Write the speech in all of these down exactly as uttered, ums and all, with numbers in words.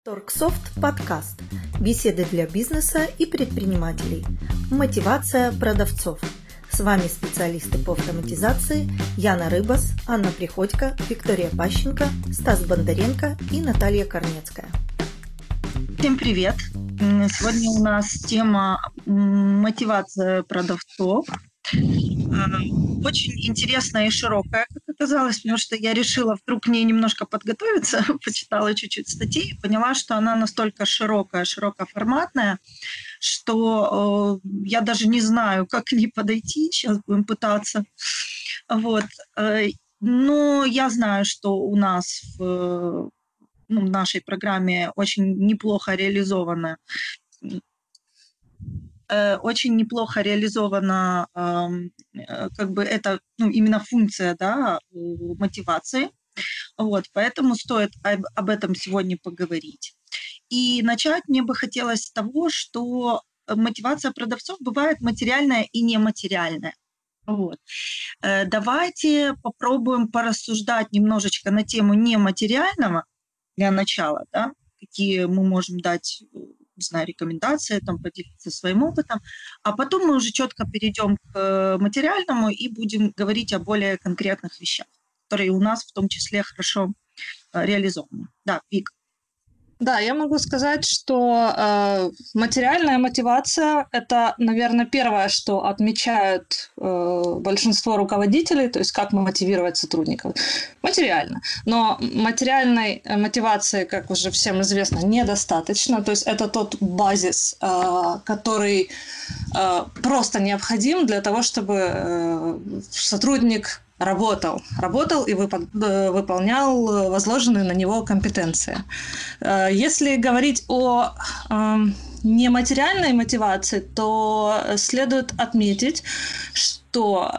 Торксофт подкаст. Беседы для бизнеса и предпринимателей. Мотивация продавцов. С вами специалисты по автоматизации Яна Рыбас, Анна Приходько, Виктория Пащенко, Стас Бондаренко и Наталья Корнецкая. Всем привет! Сегодня у нас тема мотивация продавцов. Очень интересная и широкая, как оказалось, потому что я решила вдруг к ней немножко подготовиться, почитала чуть-чуть статей и поняла, что она настолько широкая, широкоформатная, что э, я даже не знаю, как к ней подойти, сейчас будем пытаться. Вот. Но я знаю, что у нас в, ну, в нашей программе очень неплохо реализовано очень неплохо реализована как бы это, ну, именно функция, да, мотивации. Вот, поэтому стоит об, об этом сегодня поговорить. И начать мне бы хотелось с того, что мотивация продавцов бывает материальная и нематериальная. Вот. Давайте попробуем порассуждать немножечко на тему нематериального для начала, да, какие мы можем дать, не знаю, рекомендации, там, поделиться своим опытом, а потом мы уже четко перейдем к материальному и будем говорить о более конкретных вещах, которые у нас в том числе хорошо реализованы. Да, Вик. Да, я могу сказать, что э, материальная мотивация – это, наверное, первое, что отмечают э, большинство руководителей, то есть как мотивировать сотрудников. Материально. Но материальной мотивации, как уже всем известно, недостаточно. То есть это тот базис, э, который э, просто необходим для того, чтобы э, сотрудник работал, работал и выполнял возложенные на него компетенции. Если говорить о нематериальной мотивации, то следует отметить, что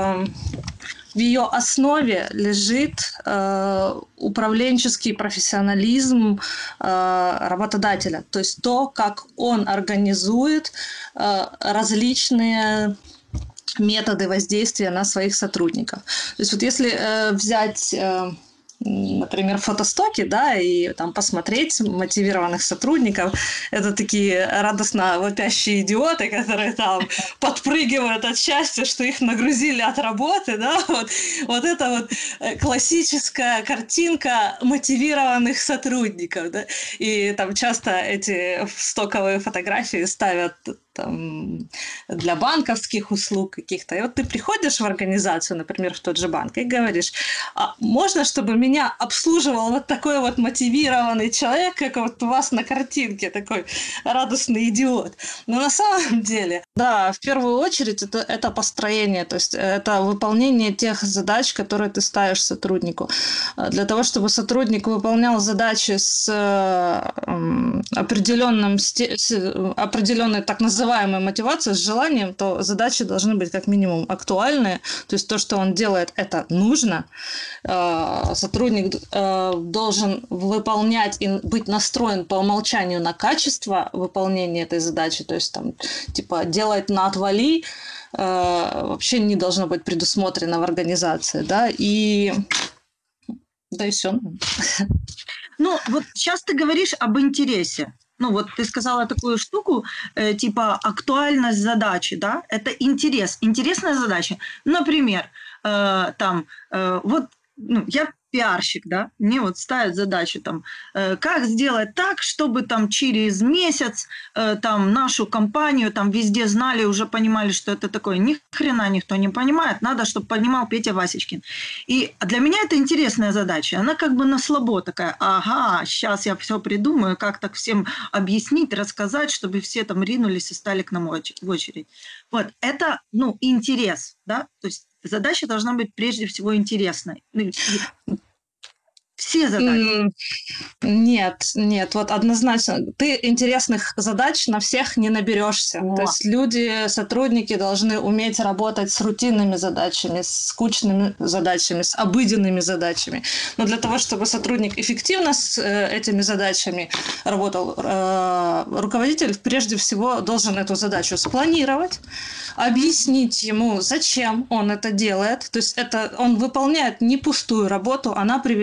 в ее основе лежит управленческий профессионализм работодателя, то есть то, как он организует различные методы воздействия на своих сотрудников. То есть вот если э, взять, э, например, фотостоки, да, и там посмотреть мотивированных сотрудников, это такие радостно вопящие идиоты, которые там подпрыгивают от счастья, что их нагрузили от работы, да, вот, вот это вот классическая картинка мотивированных сотрудников, да, и там часто эти стоковые фотографии ставят там, для банковских услуг каких-то. И вот ты приходишь в организацию, например, в тот же банк, и говоришь, а можно, чтобы меня обслуживал вот такой вот мотивированный человек, как вот у вас на картинке, такой радостный идиот. Но на самом деле, да, в первую очередь это, это построение, то есть это выполнение тех задач, которые ты ставишь сотруднику. Для того, чтобы сотрудник выполнял задачи с определенным, с определенной так называемой называемая мотивация с желанием, то задачи должны быть как минимум актуальные. То есть то, что он делает, это нужно. Сотрудник должен выполнять и быть настроен по умолчанию на качество выполнения этой задачи. То есть там типа делать на отвали вообще не должно быть предусмотрено в организации. Да, и да и все. Ну, вот сейчас ты говоришь об интересе. Ну, вот ты сказала такую штуку, э, типа актуальность задачи, да, это интерес, интересная задача. Например, э, там, э, вот, ну, я пиарщик, да, мне вот ставят задачу, там, э, как сделать так, чтобы там через месяц э, там нашу компанию там везде знали, уже понимали, что это такое. Ни хрена никто не понимает, надо, чтобы понимал Петя Васечкин. И для меня это интересная задача, она как бы на слабо такая, ага, сейчас я все придумаю, как так всем объяснить, рассказать, чтобы все там ринулись и стали к нам в очередь. Вот, это, ну, интерес, да, то есть задача должна быть прежде всего интересной. Все задачи. Нет, нет, вот однозначно. Ты интересных задач на всех не наберешься. О. То есть люди, сотрудники должны уметь работать с рутинными задачами, с скучными задачами, с обыденными задачами. Но для того, чтобы сотрудник эффективно с этими задачами работал, руководитель прежде всего должен эту задачу спланировать, объяснить ему, зачем он это делает. То есть это он выполняет не пустую работу, она приведет к тому,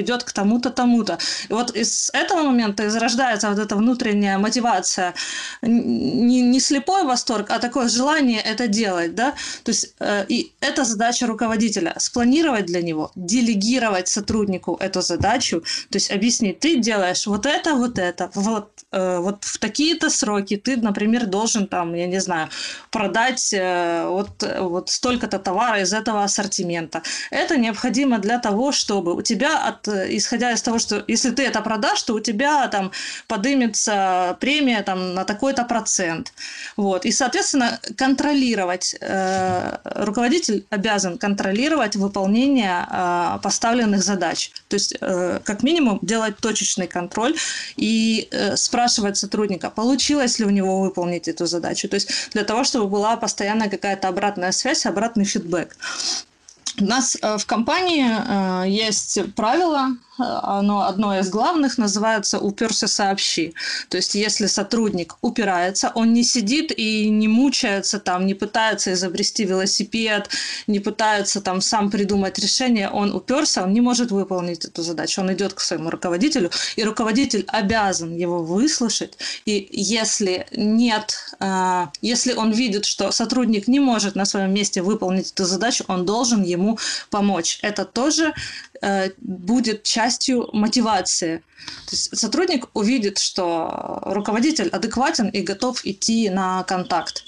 тому-то, тому-то. И вот из этого момента и зарождается вот эта внутренняя мотивация. Не, не слепой восторг, а такое желание это делать, да. То есть э, и это задача руководителя – спланировать для него, делегировать сотруднику эту задачу, то есть объяснить, ты делаешь вот это, вот это, вот, э, вот в такие-то сроки ты, например, должен там, я не знаю, продать э, вот, вот столько-то товара из этого ассортимента. Это необходимо для того, чтобы у тебя, от, исходя из того, что если ты это продашь, то у тебя там поднимется премия там, на такой-то процент. Вот. И, соответственно, контролировать, э, руководитель обязан контролировать выполнение э, поставленных задач. То есть, э, как минимум, делать точечный контроль и э, спрашивать сотрудника, получилось ли у него выполнить эту задачу. То есть, для того, чтобы была постоянная какая-то обратная связь, обратный фидбэк. У нас в компании есть правило, оно одно из главных, называется «уперся, сообщи». То есть, если сотрудник упирается, он не сидит и не мучается, там, не пытается изобрести велосипед, не пытается там, сам придумать решение, он уперся, он не может выполнить эту задачу. Он идет к своему руководителю, и руководитель обязан его выслушать. И если нет, если он видит, что сотрудник не может на своем месте выполнить эту задачу, он должен ему помочь. Это тоже будет частью мотивации. То есть сотрудник увидит, что руководитель адекватен и готов идти на контакт.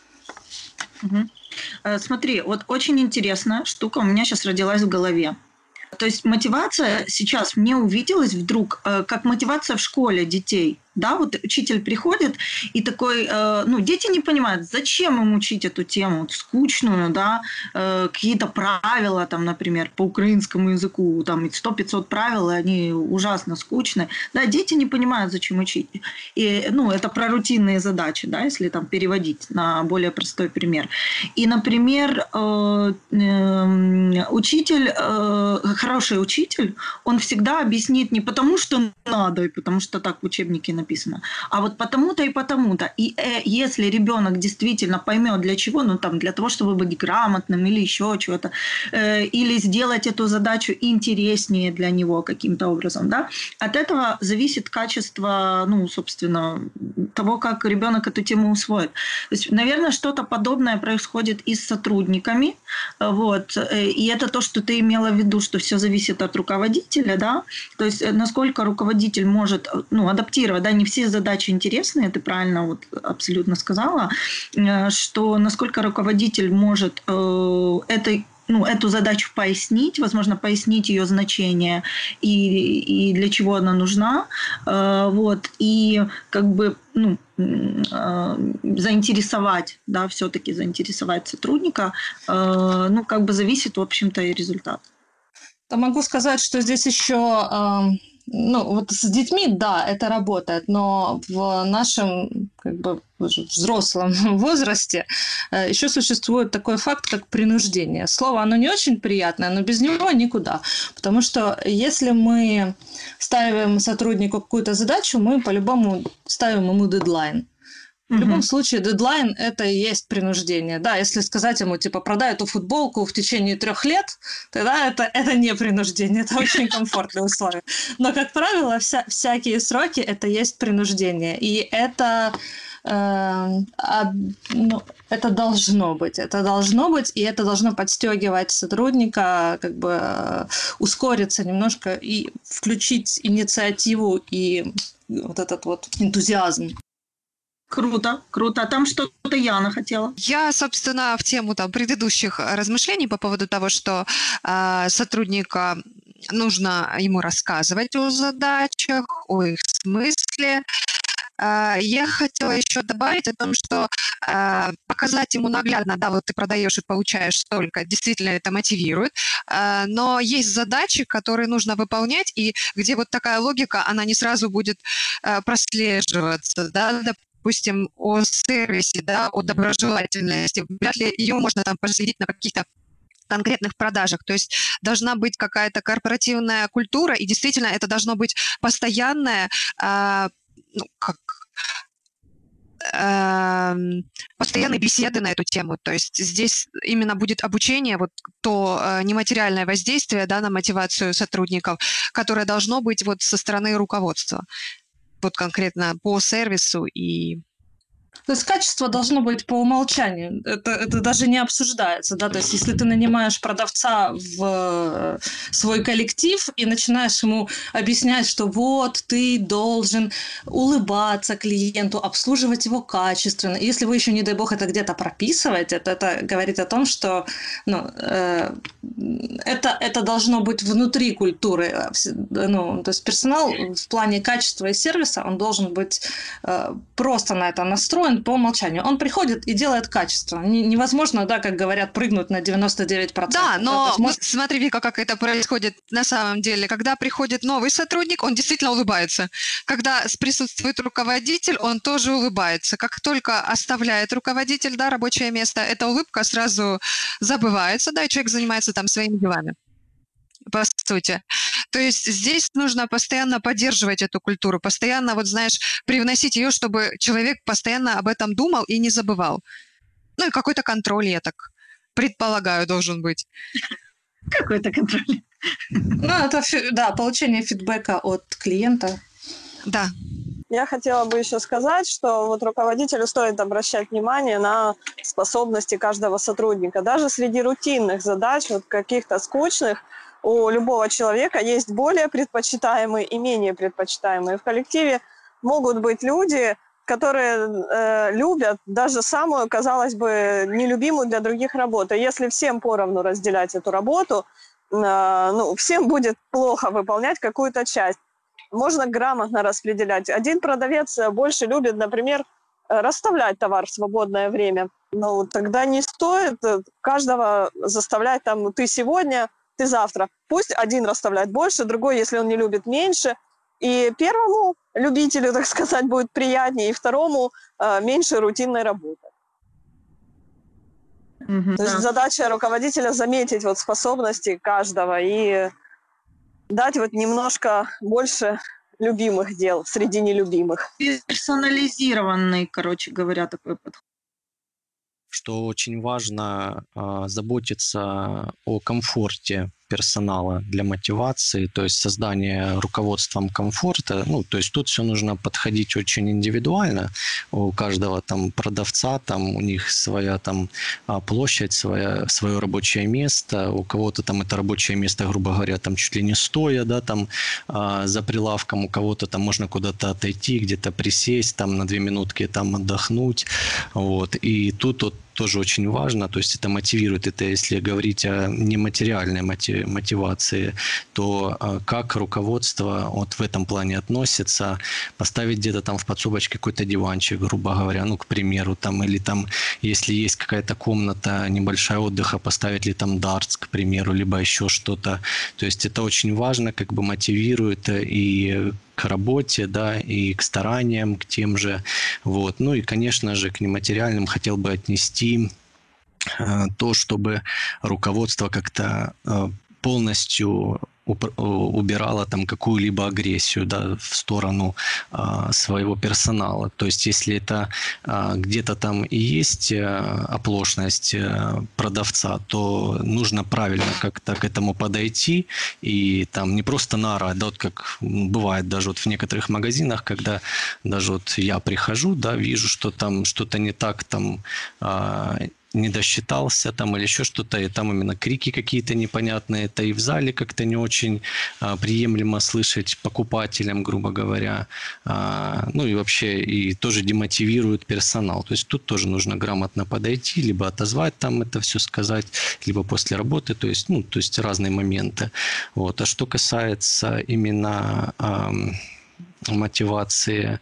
Угу. Смотри, вот очень интересная штука у меня сейчас родилась в голове. То есть мотивация сейчас мне увиделась вдруг как мотивация в школе детей. Да, вот учитель приходит и такой, э, ну, дети не понимают, зачем им учить эту тему вот, скучную, да, э, какие-то правила, там, например, по украинскому языку, там, сто-пятьсот правил, и они ужасно скучные. Да, дети не понимают, зачем учить. И, ну, это про рутинные задачи, да, если там переводить на более простой пример. И, например, э, э, учитель, э, хороший учитель, он всегда объяснит не потому, что надо, и потому что так в учебнике написано, а вот потому-то и потому-то. И э, если ребенок действительно поймет для чего, ну там для того, чтобы быть грамотным или еще чего-то, э, или сделать эту задачу интереснее для него каким-то образом, да, от этого зависит качество, ну, собственно, того, как ребенок эту тему усвоит. То есть, наверное, что-то подобное происходит и с сотрудниками, вот, и это то, что ты имела в виду, что все зависит от руководителя, да, то есть насколько руководитель может, ну, адаптировать, да, не все задачи интересные, ты правильно вот абсолютно сказала, что насколько руководитель может э, этой ну, эту задачу пояснить, возможно, пояснить ее значение и, и для чего она нужна, э, вот, и как бы, ну, э, заинтересовать, да, все-таки заинтересовать сотрудника, э, ну, как бы зависит, в общем-то, и результат. Да, могу сказать, что здесь еще... Э... Ну, вот с детьми, да, это работает, но в нашем как бы взрослом возрасте еще существует такой факт, как принуждение. Слово, оно не очень приятное, но без него никуда. Потому что если мы ставим сотруднику какую-то задачу, мы по-любому ставим ему дедлайн. В любом uh-huh. случае, дедлайн – это и есть принуждение. Да, если сказать ему, типа, продай эту футболку в течение трех лет, тогда это, это не принуждение, это очень комфортные условия. Но, как правило, вся, всякие сроки – это есть принуждение. И это, э, а, ну, это должно быть. Это должно быть, и это должно подстегивать сотрудника, как бы ускориться немножко и включить инициативу и вот этот вот энтузиазм. Круто, круто. А там что-то Яна хотела. Я, собственно, в тему там, предыдущих размышлений по поводу того, что э, сотрудника нужно ему рассказывать о задачах, о их смысле. Э, я хотела еще добавить о том, что э, показать ему наглядно, да, вот ты продаешь и получаешь столько, действительно это мотивирует, э, но есть задачи, которые нужно выполнять, и где вот такая логика, она не сразу будет э, прослеживаться, да, допустим, о сервисе, да, о доброжелательности, вряд ли ее можно там проследить на каких-то конкретных продажах. То есть должна быть какая-то корпоративная культура, и действительно это должно быть постоянное, э, ну, как, э, постоянные беседы на эту тему. То есть здесь именно будет обучение, вот то э, нематериальное воздействие, да, на мотивацию сотрудников, которое должно быть вот со стороны руководства, вот конкретно по сервису и... То есть качество должно быть по умолчанию. Это, это даже не обсуждается. Да? То есть если ты нанимаешь продавца в свой коллектив и начинаешь ему объяснять, что вот ты должен улыбаться клиенту, обслуживать его качественно. И если вы еще, не дай бог, это где-то прописываете, то это говорит о том, что ну, э, это, это должно быть внутри культуры. Ну, то есть персонал в плане качества и сервиса, он должен быть э, просто на это настроен, по умолчанию. Он приходит и делает качество. Невозможно, да, как говорят, прыгнуть на девяносто девять процентов. Да, но да, может... смотри, Вика, как это происходит на самом деле. Когда приходит новый сотрудник, он действительно улыбается. Когда присутствует руководитель, он тоже улыбается. Как только оставляет руководитель, да, рабочее место, эта улыбка сразу забывается, да, и человек занимается там своими делами, по сути. То есть здесь нужно постоянно поддерживать эту культуру, постоянно, вот знаешь, привносить ее, чтобы человек постоянно об этом думал и не забывал. Ну и какой-то контроль, я так предполагаю, должен быть. Какой-то контроль. Ну, это, да, получение фидбэка от клиента. Да. Я хотела бы еще сказать, что вот руководителю стоит обращать внимание на способности каждого сотрудника. Даже среди рутинных задач, вот каких-то скучных, у любого человека есть более предпочитаемые и менее предпочитаемые. В коллективе могут быть люди, которые э, любят даже самую, казалось бы, нелюбимую для других работу. Если всем поровну разделять эту работу, э, ну, всем будет плохо выполнять какую-то часть. Можно грамотно распределять. Один продавец больше любит, например, расставлять товар в свободное время. Ну, тогда не стоит каждого заставлять там, ты сегодня, ты завтра. Пусть один расставляет больше, другой, если он не любит, меньше. И первому любителю, так сказать, будет приятнее, и второму э, меньше рутинной работы. Mm-hmm, То да. есть задача руководителя заметить вот способности каждого и дать вот немножко больше любимых дел среди нелюбимых. Персонализированный, короче говоря, такой подход. Что очень важно э, заботиться о комфорте персонала для мотивации, то есть создание руководством комфорта. Ну, то есть тут все нужно подходить очень индивидуально. У каждого там продавца, там у них своя там площадь, своя, свое рабочее место. У кого-то там это рабочее место, грубо говоря, там чуть ли не стоя, да, там э, за прилавком. У кого-то там можно куда-то отойти, где-то присесть, там на две минутки там отдохнуть. Вот. И тут вот тоже очень важно, то есть это мотивирует, это если говорить о нематериальной мотивации, то как руководство вот в этом плане относится, поставить где-то там в подсобочке какой-то диванчик, грубо говоря, ну, к примеру, там, или там, если есть какая-то комната небольшая отдыха, поставить ли там дартс, к примеру, либо еще что-то, то есть это очень важно, как бы мотивирует и к работе, да, и к стараниям, к тем же, вот. Ну и, конечно же, к нематериальным хотел бы отнести э, то, чтобы руководство как-то э, полностью убирала там какую-либо агрессию, да, в сторону а, своего персонала. То есть если это а, где-то там и есть а, оплошность а, продавца, то нужно правильно как-то к этому подойти и там не просто наорать, да, вот как бывает даже вот в некоторых магазинах, когда даже вот я прихожу, да, вижу, что там что-то не так, там а, не досчитался там или еще что-то, и там именно крики какие-то непонятные, это и в зале как-то не очень а, приемлемо слышать покупателям, грубо говоря, а, ну и вообще и тоже демотивирует персонал, то есть тут тоже нужно грамотно подойти, либо отозвать там это все сказать, либо после работы, то есть, ну, то есть разные моменты, вот. А что касается именно а, мотивации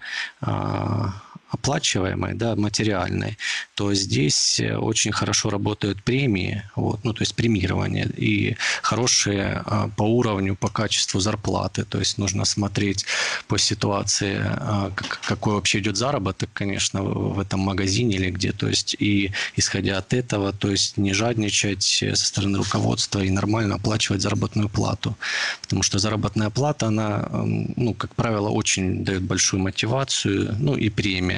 а, оплачиваемой, да, материальной, то здесь очень хорошо работают премии, вот, ну, то есть премирование и хорошие а, по уровню, по качеству зарплаты, то есть нужно смотреть по ситуации, а, как, какой вообще идет заработок, конечно, в, в этом магазине или где, то есть и исходя от этого, то есть не жадничать со стороны руководства и нормально оплачивать заработную плату, потому что заработная плата, она, ну, как правило, очень дает большую мотивацию, ну, и премия.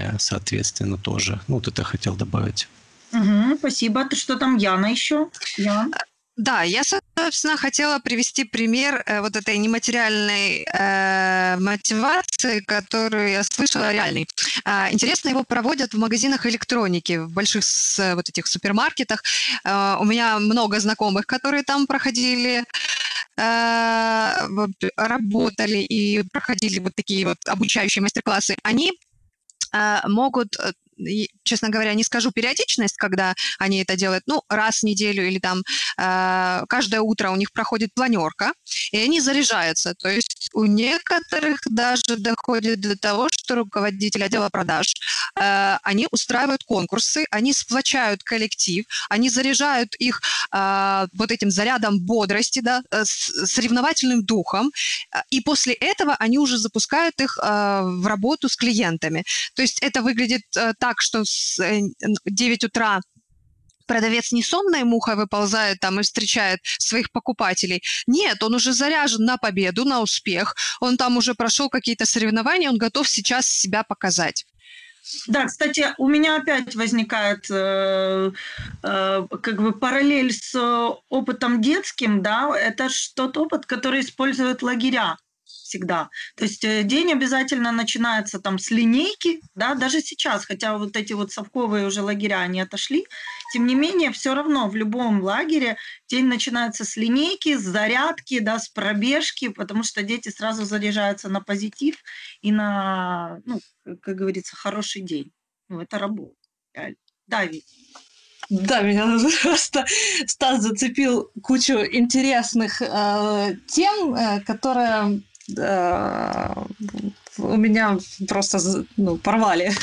содержание, соответственно, тоже. Ну, вот это хотел добавить. Угу, спасибо. Ты что там, Яна еще? Ян? Да, я, собственно, хотела привести пример э, вот этой нематериальной э, мотивации, которую я слышала, реальный. Э, интересно, его проводят в магазинах электроники, в больших с, вот этих супермаркетах. Э, у меня много знакомых, которые там проходили, э, работали и проходили вот такие вот обучающие мастер-классы. Они э, могут... честно говоря, не скажу периодичность, когда они это делают, ну, раз в неделю или там э, каждое утро у них проходит планерка, и они заряжаются. То есть у некоторых даже доходит до того, что руководитель отдела продаж, э, они устраивают конкурсы, они сплочают коллектив, они заряжают их э, вот этим зарядом бодрости, да, с соревновательным духом, и после этого они уже запускают их э, в работу с клиентами. То есть это выглядит э, так, что с девяти утра продавец не сонной мухой выползает там и встречает своих покупателей. Нет, он уже заряжен на победу, на успех. Он там уже прошел какие-то соревнования, он готов сейчас себя показать. Да, кстати, у меня опять возникает э, э, как бы параллель с опытом детским, да, это ж тот опыт, который используют лагеря всегда. То есть день обязательно начинается там с линейки, да, даже сейчас, хотя вот эти вот совковые уже лагеря, они отошли, тем не менее, все равно в любом лагере день начинается с линейки, с зарядки, да, с пробежки, потому что дети сразу заряжаются на позитив и на, ну, как говорится, хороший день. Ну, это работа. Да, Вик. Да, меня просто Стас зацепил кучу интересных э, тем, э, которые э, у меня просто ну, порвали.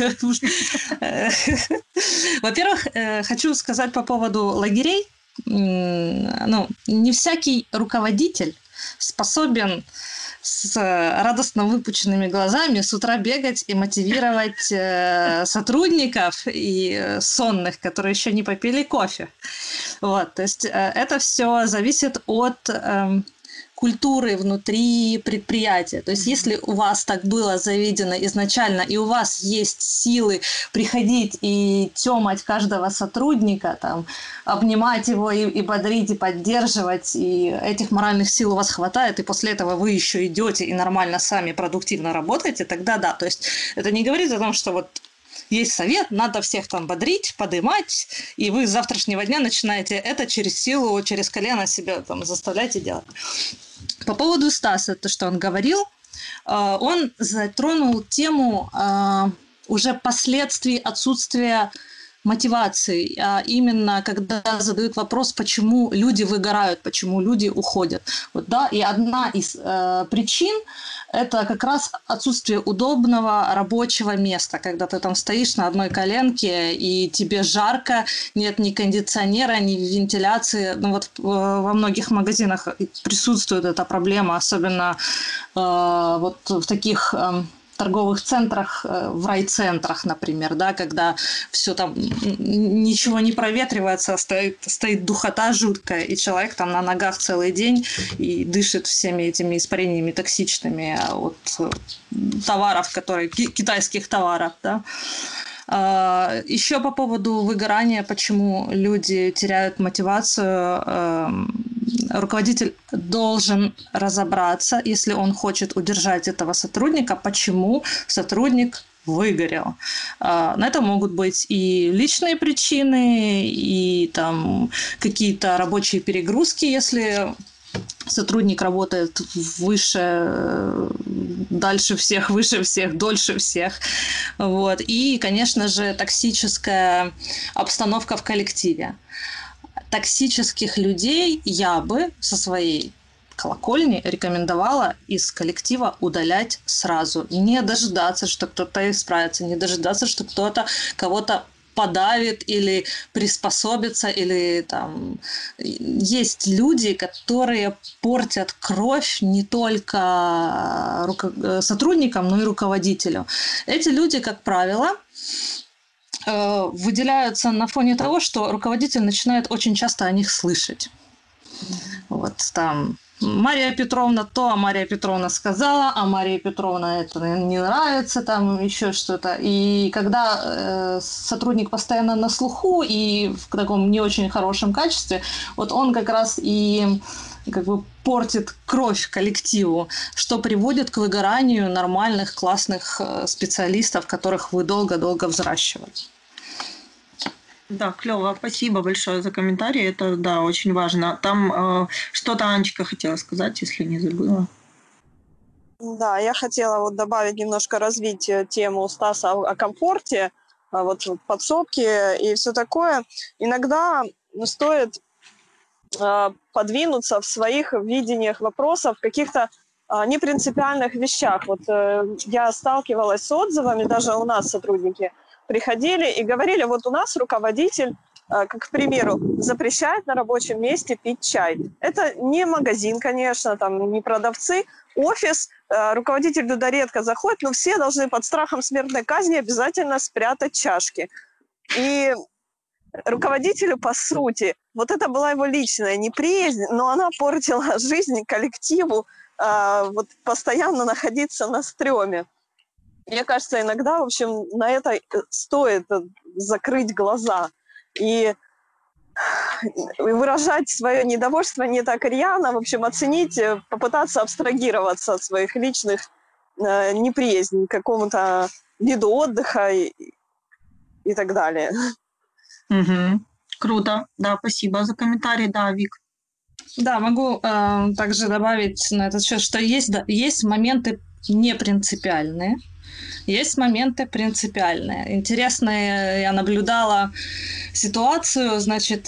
Во-первых, э, хочу сказать по поводу лагерей. Ну, не всякий руководитель способен с радостно выпученными глазами с утра бегать и мотивировать э, сотрудников и сонных, которые еще не попили кофе. Вот, то есть э, это все зависит от э, культуры внутри предприятия. То есть если у вас так было заведено изначально, и у вас есть силы приходить и тёмать каждого сотрудника, там, обнимать его и, и бодрить, и поддерживать, и этих моральных сил у вас хватает, и после этого вы еще идете и нормально сами продуктивно работаете, тогда да. То есть это не говорит о том, что вот есть совет, надо всех там бодрить, подымать, и вы с завтрашнего дня начинаете это через силу, через колено себя там заставляете делать. По поводу Стаса, то, что он говорил, он затронул тему уже последствий отсутствия мотивации, а именно когда задают вопрос, почему люди выгорают, почему люди уходят. Вот, да, и одна из э, причин – это как раз отсутствие удобного рабочего места, когда ты там стоишь на одной коленке, и тебе жарко, нет ни кондиционера, ни вентиляции. Ну, вот э, во многих магазинах присутствует эта проблема, особенно э, вот в таких… Э, торговых центрах, в райцентрах, например, да, когда все там, ничего не проветривается, стоит, стоит духота жуткая, и человек там на ногах целый день и дышит всеми этими испарениями токсичными от товаров, которые, китайских товаров, да. Еще по поводу выгорания, почему люди теряют мотивацию, руководитель должен разобраться, если он хочет удержать этого сотрудника, почему сотрудник выгорел. На это могут быть и личные причины, и там какие-то рабочие перегрузки, если сотрудник работает выше, дальше всех, выше всех, дольше всех. Вот. И, конечно же, токсическая обстановка в коллективе. Токсических людей я бы со своей колокольни рекомендовала из коллектива удалять сразу. Не дожидаться, что кто-то исправится, не дожидаться, что кто-то кого-то подавит или приспособится, или там… Есть люди, которые портят кровь не только руко... сотрудникам, но и руководителю. Эти люди, как правило, выделяются на фоне того, что руководитель начинает очень часто о них слышать. Вот там Мария Петровна то, а Мария Петровна сказала, а Мария Петровна это не нравится, там еще что-то. И когда э, сотрудник постоянно на слуху и в таком не очень хорошем качестве, вот он как раз и как бы портит кровь коллективу, что приводит к выгоранию нормальных, классных специалистов, которых вы долго-долго взращивали. Да, клево. Спасибо большое за комментарий. Это, да, очень важно. Там э, что-то Анечка хотела сказать, если не забыла. Да, я хотела вот добавить, немножко развить тему Стаса о, о комфорте, вот подсобки и все такое. Иногда стоит э, подвинуться в своих видениях вопросов, в каких-то э, непринципиальных вещах. Вот э, я сталкивалась с отзывами, даже у нас сотрудники приходили и говорили, вот у нас руководитель, как, к примеру, запрещает на рабочем месте пить чай. Это не магазин, конечно, там не продавцы, офис, руководитель туда редко заходит, но все должны под страхом смертной казни обязательно спрятать чашки. И руководителю, по сути, вот это была его личная неприязнь, но она портила жизнь коллективу, вот постоянно находиться на стреме. Мне кажется, иногда, в общем, на это стоит закрыть глаза и выражать свое недовольство не так рьяно, в общем, оценить, попытаться абстрагироваться от своих личных э, неприязней к какому-то виду отдыха и, и так далее. Угу. Круто. Да, спасибо за комментарий. Да, Вик. Да, могу э, также добавить на этот счет, что есть, да, есть моменты непринципиальные, есть моменты принципиальные. Интересно, я наблюдала ситуацию, значит,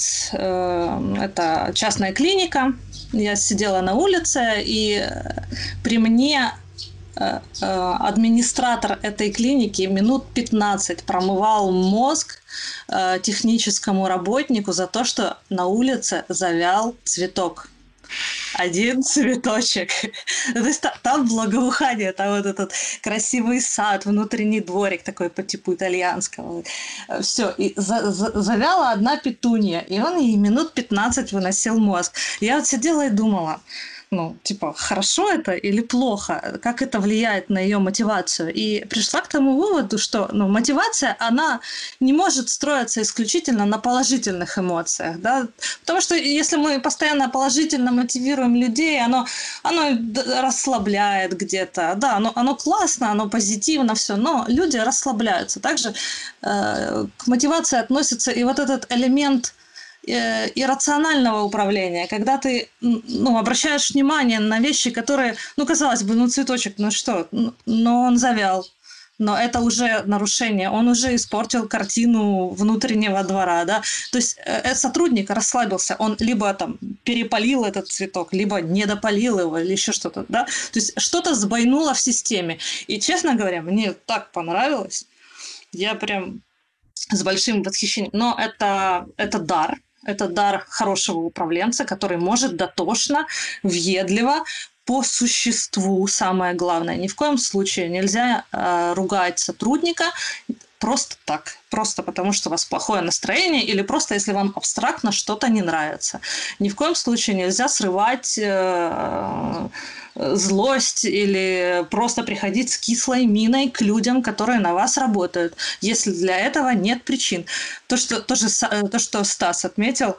э, это частная клиника, я сидела на улице, и при мне э, э, администратор этой клиники минут пятнадцать промывал мозг э, техническому работнику за то, что на улице завял цветок. Один цветочек. То есть там благоухание, там вот этот красивый сад, внутренний дворик такой по типу итальянского. Все, и за, за, завяла одна петунья, и он ей минут пятнадцать выносил мозг. Я вот сидела и думала, ну, типа, хорошо это или плохо, как это влияет на ее мотивацию. И пришла к тому выводу, что ну, мотивация, она не может строиться исключительно на положительных эмоциях, да? Потому что если мы постоянно положительно мотивируем людей, оно, оно расслабляет где-то, да, оно, оно классно, оно позитивно все, но люди расслабляются. Также э, к мотивации относится и вот этот элемент иррационального управления, когда ты ну, обращаешь внимание на вещи, которые, ну, казалось бы, ну, цветочек, ну что, но он завял, но это уже нарушение, он уже испортил картину внутреннего двора, да, то есть э, сотрудник расслабился, он либо там перепалил этот цветок, либо недопалил его, или еще что-то, да, то есть что-то сбойнуло в системе, и, честно говоря, мне так понравилось, я прям с большим восхищением, но это, это дар, это дар хорошего управленца, который может дотошно, въедливо, по существу, самое главное. Ни в коем случае нельзя э, ругать сотрудника просто так, просто потому что у вас плохое настроение или просто если вам абстрактно что-то не нравится. Ни в коем случае нельзя срывать э, злость или просто приходить с кислой миной к людям, которые на вас работают, если для этого нет причин. То, что, то, же, то, что Стас отметил,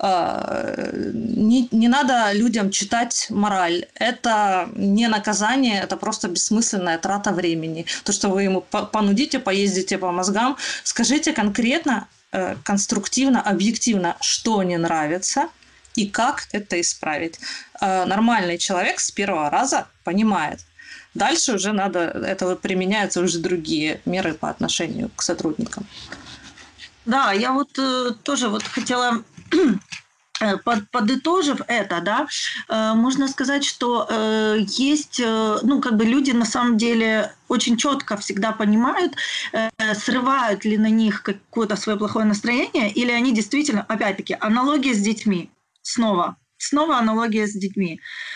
э, не, не надо людям читать мораль. Это не наказание, это просто бессмысленная трата времени. То, что вы ему понудите, поездите по мозгам, скажите конкретно, э, конструктивно, объективно, что не нравится, и как это исправить. Нормальный человек с первого раза понимает. Дальше уже надо, это вот применяются уже другие меры по отношению к сотрудникам. Да, я вот э, тоже вот хотела, под, подытожив это, да, э, можно сказать, что э, есть, э, ну, как бы люди на самом деле очень четко всегда понимают, э, срывают ли на них какое-то свое плохое настроение, или они действительно, опять-таки, аналогия с детьми. Снова, снова аналогия с детьми.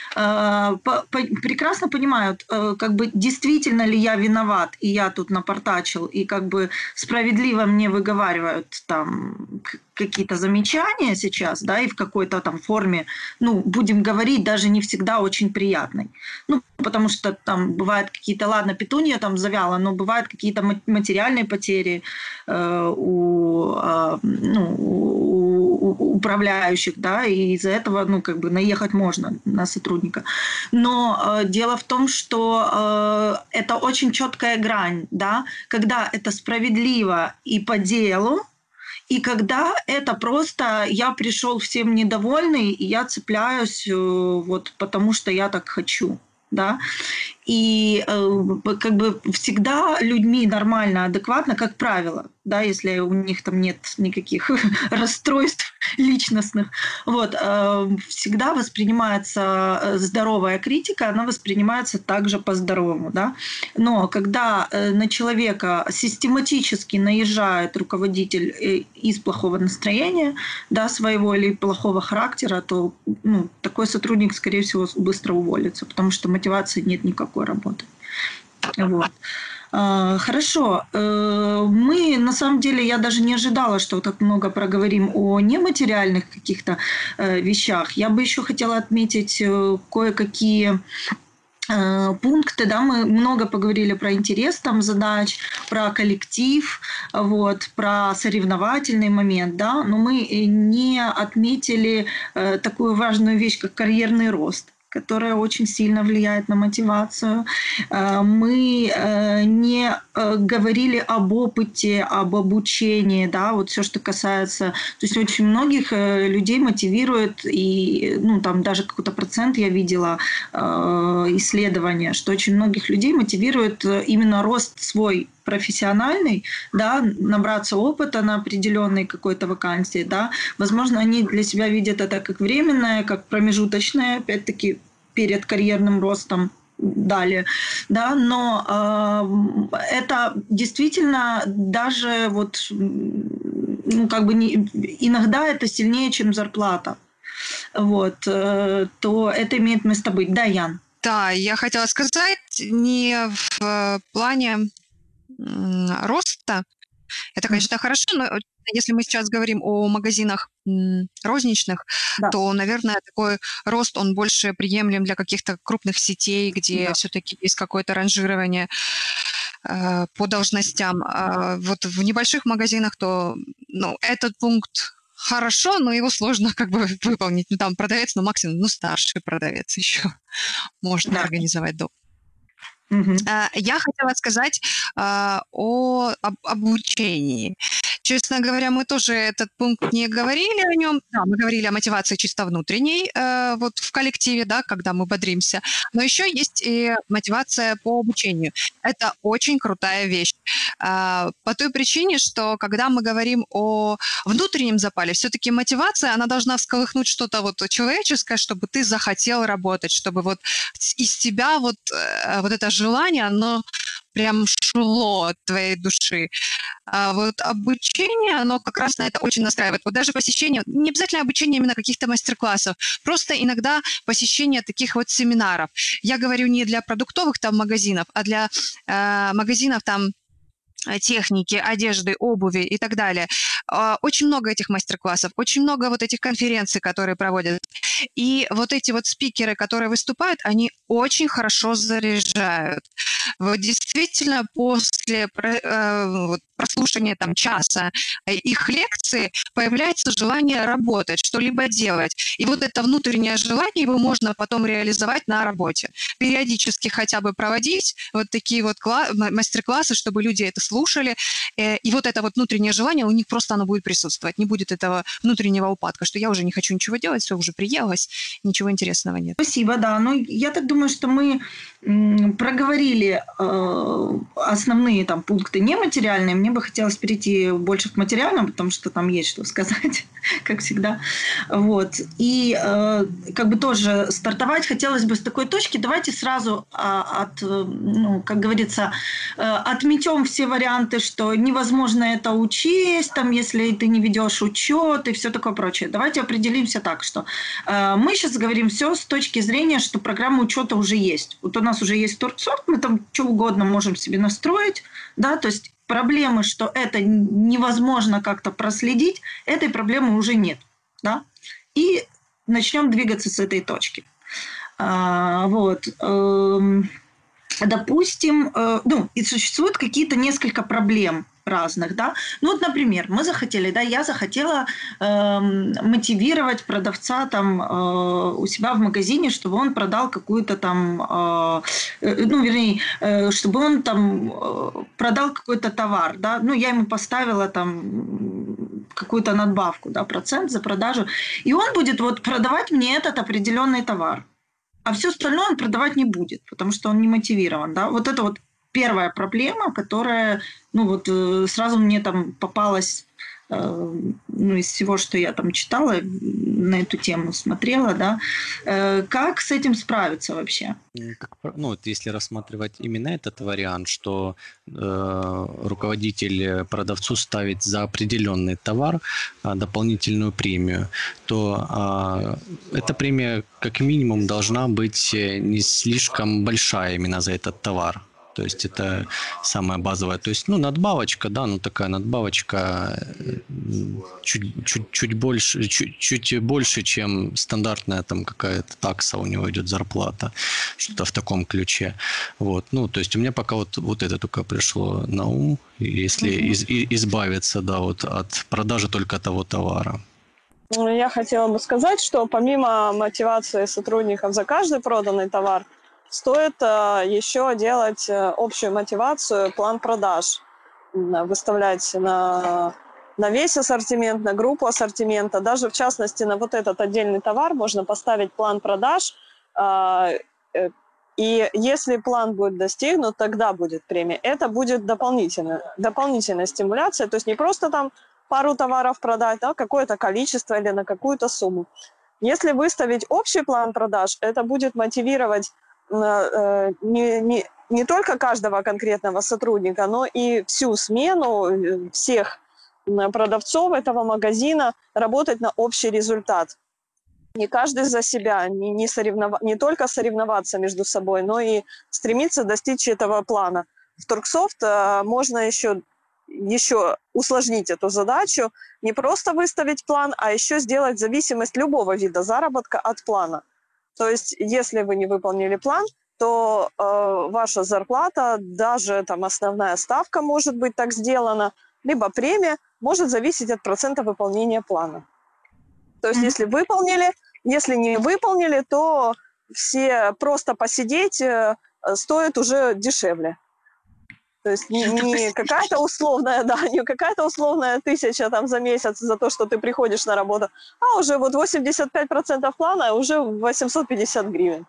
Прекрасно понимают, как бы действительно ли я виноват, и я тут напортачил, и как бы справедливо мне выговаривают там какие-то замечания сейчас, да, и в какой-то там форме, ну, будем говорить, даже не всегда очень приятной. Ну, потому что там бывают какие-то, ладно, петунья там завяла, но бывают какие-то материальные потери э, у, э, ну, у, у управляющих, да, и из-за этого, ну, как бы наехать можно на сотрудника. Но э, дело в том, что э, это очень четкая грань, да, когда это справедливо и по делу, и когда это просто я пришел всем недовольный, и я цепляюсь вот потому, что я так хочу. Да? И э, как бы всегда людьми нормально, адекватно, как правило, да, если у них там нет никаких расстройств личностных, вот, э, всегда воспринимается здоровая критика, она воспринимается также по-здоровому, да. Но когда э, на человека систематически наезжает руководитель э, из плохого настроения, да, своего или плохого характера, то ну, такой сотрудник, скорее всего, быстро уволится, потому что мотивации нет никакой работы. Вот. Хорошо. Мы, на самом деле, я даже не ожидала, что так много проговорим о нематериальных каких-то вещах. Я бы еще хотела отметить кое-какие пункты, да, мы много поговорили про интерес там задач, про коллектив, вот, про соревновательный момент, да, но мы не отметили такую важную вещь, как карьерный рост, которая очень сильно влияет на мотивацию. Мы не говорили об опыте, об обучении, да, вот все, что касается... То есть очень многих людей мотивирует, и ну, там даже какой-то процент я видела исследования, что очень многих людей мотивирует именно рост свой профессиональный, да, набраться опыта на определенной какой-то вакансии, да, возможно, они для себя видят это как временное, как промежуточное, опять-таки, перед карьерным ростом далее, да, но э, это действительно даже вот, ну, как бы не, иногда это сильнее, чем зарплата, вот, э, то это имеет место быть. Да, Ян? Да, я хотела сказать, не в плане роста. Это, конечно, хорошо, но если мы сейчас говорим о магазинах розничных, да. то, наверное, такой рост, он больше приемлем для каких-то крупных сетей, где да. все-таки есть какое-то ранжирование э, по должностям. А вот в небольших магазинах, то ну, этот пункт хорошо, но его сложно как бы выполнить. Ну, там продавец, ну, максимум, ну, старший продавец еще можно да. организовать дом. Угу. Я хотела сказать uh, о об, обучении. Честно говоря, мы тоже этот пункт не говорили о нем. Да, мы говорили о мотивации чисто внутренней uh, вот в коллективе, да, когда мы бодримся. Но еще есть и мотивация по обучению. Это очень крутая вещь. Uh, по той причине, что когда мы говорим о внутреннем запале, все-таки мотивация, она должна всколыхнуть что-то вот человеческое, чтобы ты захотел работать, чтобы вот из тебя вот, вот это желание, оно прям шло от твоей души. А вот обучение, оно как раз на это очень настраивает. Вот даже посещение, не обязательно обучение именно каких-то мастер-классов, просто иногда посещение таких вот семинаров. Я говорю не для продуктовых там магазинов, а для э, магазинов там техники, одежды, обуви и так далее. Очень много этих мастер-классов, очень много вот этих конференций, которые проводят. И вот эти вот спикеры, которые выступают, они очень хорошо заряжают. Вот действительно, после э, прослушивания там, часа их лекции появляется желание работать, что-либо делать. И вот это внутреннее желание его можно потом реализовать на работе. Периодически хотя бы проводить вот такие вот кла- мастер-классы, чтобы люди это слушали. Э, и вот это вот внутреннее желание, у них просто оно будет присутствовать. Не будет этого внутреннего упадка, что я уже не хочу ничего делать, все уже приелось, ничего интересного нет. Спасибо, да. Ну, я так думаю, что мы м, проговорили э, основные там пункты нематериальные. мне бы хотелось перейти больше к материальному, потому что там есть что сказать, как всегда. Вот. И э, как бы тоже стартовать хотелось бы с такой точки. Давайте сразу а, от, ну, как говорится, э, отметем все варианты, что невозможно это учесть, там, если ты не ведешь учет и все такое прочее. Давайте определимся так, что э, мы сейчас говорим все с точки зрения, что программа учета уже есть. Вот у нас уже есть Торгсофт, мы там что угодно можем себе настроить, да, то есть проблемы, что это невозможно как-то проследить, этой проблемы уже нет, да, и начнем двигаться с этой точки. А, вот. Допустим, ну, и существуют какие-то несколько проблем разных, да. Ну, вот, например, мы захотели, да, я захотела э, мотивировать продавца там э, у себя в магазине, чтобы он продал какую-то там, э, э, ну, вернее, э, чтобы он там э, продал какой-то товар, да. Ну, я ему поставила там какую-то надбавку, да, процент за продажу, и он будет вот продавать мне этот определенный товар, а все остальное он продавать не будет, потому что он не мотивирован, да. Вот это вот первая проблема, которая, ну вот сразу мне там попалась, э, ну, из всего, что я там читала, на эту тему смотрела, да, э, как с этим справиться вообще? Ну, вот если рассматривать именно этот вариант, что э, руководитель продавцу ставит за определенный товар э, дополнительную премию, то э, эта премия как минимум должна быть не слишком большая именно за этот товар. То есть это самая базовая. То есть, ну, надбавочка, да, ну, такая надбавочка чуть, чуть, чуть, больше, чуть, чуть больше, чем стандартная там какая-то такса у него идет, зарплата. Что-то в таком ключе. Вот, ну, то есть у меня пока вот, вот это только пришло на ум, если mm-hmm. из, и, избавиться, да, вот от продажи только того товара. Я хотела бы сказать, что помимо мотивации сотрудников за каждый проданный товар, стоит э, еще делать э, общую мотивацию, план продаж, выставлять на, на весь ассортимент, на группу ассортимента. Даже в частности на вот этот отдельный товар можно поставить план продаж. Э, э, и если план будет достигнут, тогда будет премия. Это будет дополнительная, дополнительная стимуляция. То есть не просто там пару товаров продать, а какое-то количество или на какую-то сумму. Если выставить общий план продаж, это будет мотивировать Не, не, не только каждого конкретного сотрудника, но и всю смену всех продавцов этого магазина работать на общий результат. Не каждый за себя, не, не, соревнов... не только соревноваться между собой, но и стремиться достичь этого плана. В Торгсофт можно еще, еще усложнить эту задачу, не просто выставить план, а еще сделать зависимость любого вида заработка от плана. То есть, если вы не выполнили план, то э, ваша зарплата, даже там основная ставка может быть так сделана, либо премия может зависеть от процента выполнения плана. То есть, mm-hmm. если выполнили, если не выполнили, то все просто посидеть э, стоит уже дешевле. То есть не, не какая-то условная, да, не какая-то условная тысяча там за месяц за то, что ты приходишь на работу, а уже вот восемьдесят пять процентов плана уже восемьсот пятьдесят гривен.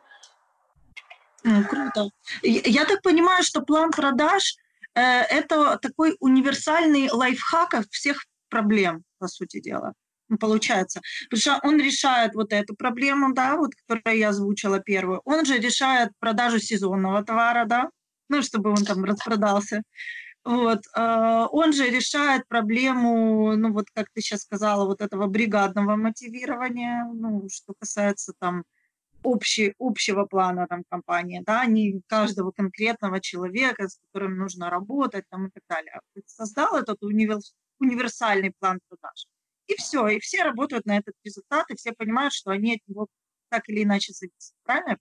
Ну, круто. Я так понимаю, что план продаж э, – это такой универсальный лайфхак от всех проблем, по сути дела. Получается. Потому что он решает вот эту проблему, да, вот, которую я озвучила первую. Он же решает продажу сезонного товара, да, ну, чтобы он там распродался. Вот. Он же решает проблему, ну, вот как ты сейчас сказала, вот этого бригадного мотивирования, ну, что касается там общий, общего плана там компании, да, не каждого конкретного человека, с которым нужно работать там и так далее. Создал этот универсальный план продаж. И все, и все работают на этот результат, и все понимают, что они от него так или иначе зависят. Правильно?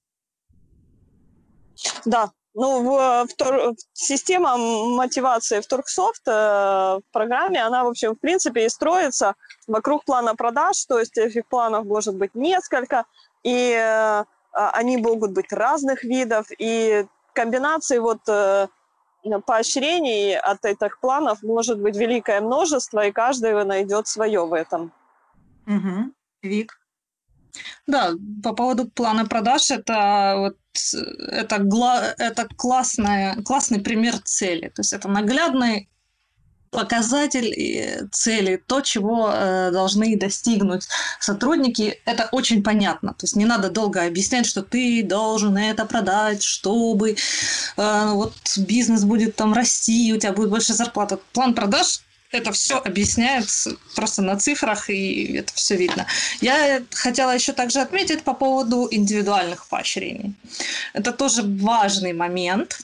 Да. Ну, в, в, в, система мотивации в Торгсофт э, в программе, она, в общем, в принципе, и строится вокруг плана продаж, то есть этих планов может быть несколько, и э, они могут быть разных видов, и комбинаций вот э, поощрений от этих планов может быть великое множество, и каждый найдет свое в этом. Угу. Вик? Да, по поводу плана продаж, это вот это, гла, это классная, классный пример цели. То есть это наглядный показатель цели, то, чего э, должны достигнуть сотрудники, это очень понятно. То есть не надо долго объяснять, что ты должен это продать, чтобы э, вот бизнес будет там расти, у тебя будет больше зарплата. План продаж — это все объясняется просто на цифрах, и это все видно. Я хотела еще также отметить по поводу индивидуальных поощрений. Это тоже важный момент.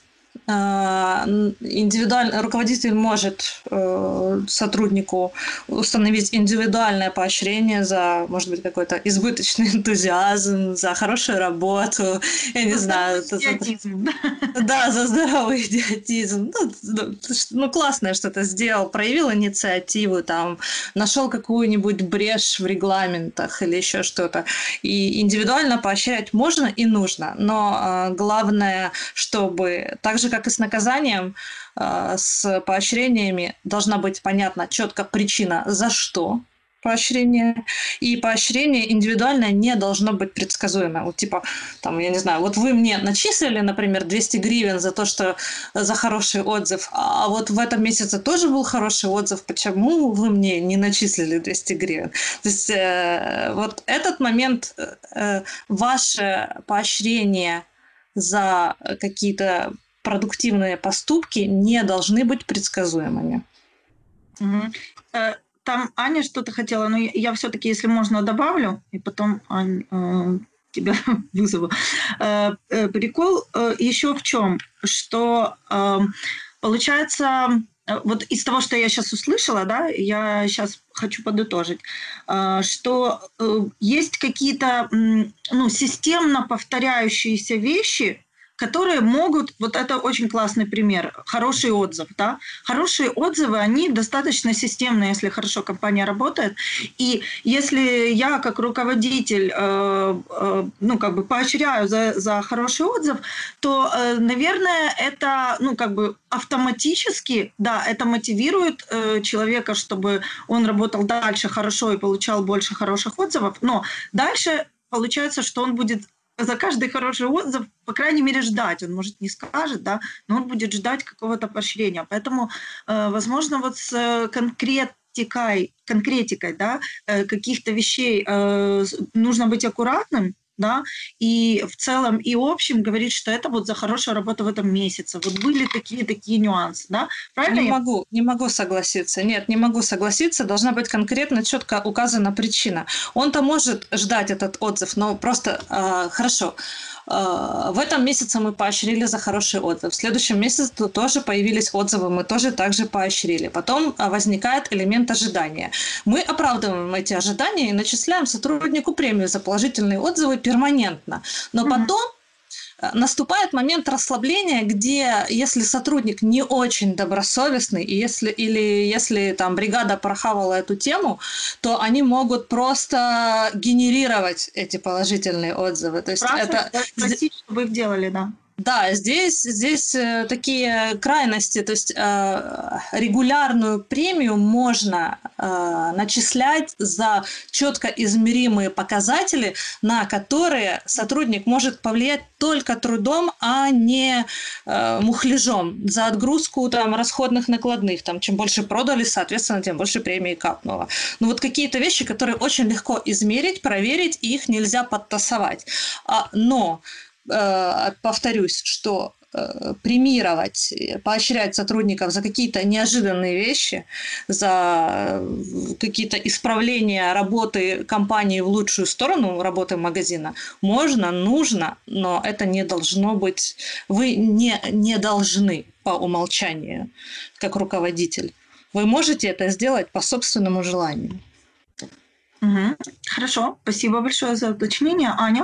Индивидуальный руководитель может э, сотруднику установить индивидуальное поощрение за, может быть, какой-то избыточный энтузиазм, за хорошую работу, я не знаю. Идиотизм. Да, за здоровый идиотизм. Ну, ну, классное что-то сделал, проявил инициативу, там, нашел какую-нибудь брешь в регламентах или еще что-то. И индивидуально поощрять можно и нужно, но э, главное, чтобы так же, как и с наказанием, с поощрениями должна быть понятна четко причина, за что поощрение, и поощрение индивидуальное не должно быть предсказуемое. Вот типа, там, я не знаю, вот вы мне начислили, например, двести гривен за то, что за хороший отзыв, а вот в этом месяце тоже был хороший отзыв, почему вы мне не начислили двести гривен? То есть э, вот этот момент, э, ваше поощрение за какие-то продуктивные поступки не должны быть предсказуемыми. Угу. Там Аня что-то хотела, но я все-таки, если можно, добавлю, и потом, Ань, тебя вызову. Прикол еще в чем, что получается, вот из того, что я сейчас услышала, да, я сейчас хочу подытожить, что есть какие-то, ну, системно повторяющиеся вещи, которые могут, вот это очень классный пример, хороший отзыв, да, хорошие отзывы, они достаточно системные, если хорошо компания работает, и если я как руководитель, э, э, ну, как бы поощряю за, за хороший отзыв, то, э, наверное, это, ну, как бы автоматически, да, это мотивирует э, человека, чтобы он работал дальше хорошо и получал больше хороших отзывов, но дальше получается, что он будет за каждый хороший отзыв, по крайней мере, ждать. Он, может, не скажет, да, но он будет ждать какого-то поощрения. Поэтому, э, возможно, вот с конкретикой, конкретикой, да, э, каких-то вещей э, нужно быть аккуратным, да, и в целом и общем говорить, что это вот за хорошую работу в этом месяце. Вот были такие-такие нюансы, да? Правильно? Не могу, не могу согласиться. Нет, не могу согласиться. Должна быть конкретно, четко указана причина. Он-то может ждать этот отзыв, но просто э, хорошо. Э, в этом месяце мы поощрили за хороший отзыв. В следующем месяце тоже появились отзывы, мы тоже также поощрили. Потом возникает элемент ожидания. Мы оправдываем эти ожидания и начисляем сотруднику премию за положительные отзывы перманентно. Но потом наступает момент расслабления, где если сотрудник не очень добросовестный, и если, или если там бригада прохавала эту тему, то они могут просто генерировать эти положительные отзывы. То есть это... Просить, чтобы их делали, да. Да, здесь, здесь такие крайности, то есть э, регулярную премию можно э, начислять за четко измеримые показатели, на которые сотрудник может повлиять только трудом, а не э, мухляжом за отгрузку там, расходных накладных. Там, чем больше продали, соответственно, тем больше премии капнуло. Но вот какие-то вещи, которые очень легко измерить, проверить, и их нельзя подтасовать. А, но повторюсь, что премировать, поощрять сотрудников за какие-то неожиданные вещи, за какие-то исправления работы компании в лучшую сторону, работы магазина, можно, нужно, но это не должно быть, вы не, не должны по умолчанию, как руководитель. Вы можете это сделать по собственному желанию. Угу. Хорошо, спасибо большое за уточнение. Аня?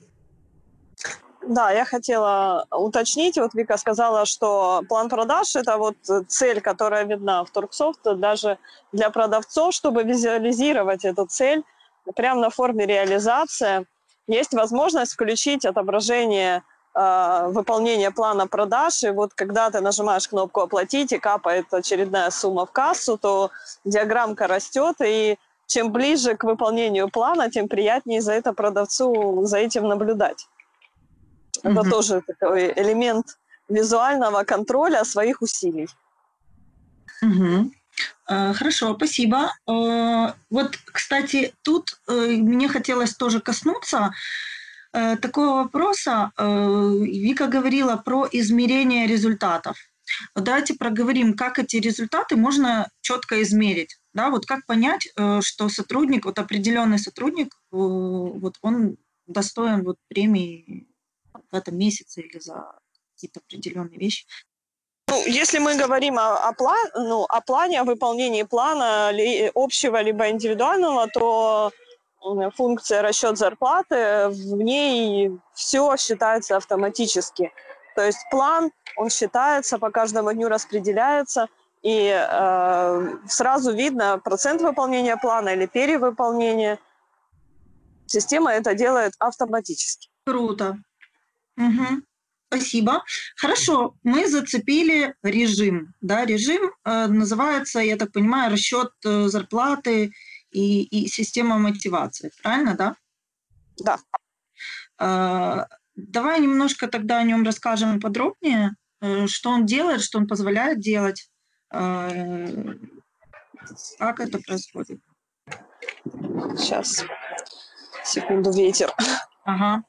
Да, я хотела уточнить. Вот Вика сказала, что план продаж – это вот цель, которая видна в Торгсофт, даже для продавцов, чтобы визуализировать эту цель, прямо на форме реализации, есть возможность включить отображение э, выполнения плана продаж. И вот когда ты нажимаешь кнопку «Оплатить» и капает очередная сумма в кассу, то диаграммка растет, и чем ближе к выполнению плана, тем приятнее за это продавцу за этим наблюдать. Это mm-hmm. тоже такой элемент визуального контроля своих усилий. Mm-hmm. Э, Хорошо, спасибо. Э, Вот, кстати, тут э, мне хотелось тоже коснуться э, такого вопроса. Э, Вика говорила про измерение результатов. Вот давайте проговорим, как эти результаты можно четко измерить. Да, вот как понять, э, что сотрудник, вот определенный сотрудник, э, вот он достоин вот премии в этом месяце или за какие-то определенные вещи. Ну, если мы говорим о, о, план, ну, о плане, о выполнении плана ли, общего либо индивидуального, то м, функция расчет зарплаты, в ней все считается автоматически. То есть план, он считается, по каждому дню распределяется, и э, сразу видно процент выполнения плана или перевыполнение. Система это делает автоматически. Круто. Угу. Спасибо. Хорошо, мы зацепили режим. Да, режим э, называется, я так понимаю, расчет э, зарплаты и, и система мотивации. Правильно, да? Да. Э, давай немножко тогда о нем расскажем подробнее, э, что он делает, что он позволяет делать, э, как это происходит. Сейчас. Секунду, ветер. Ага.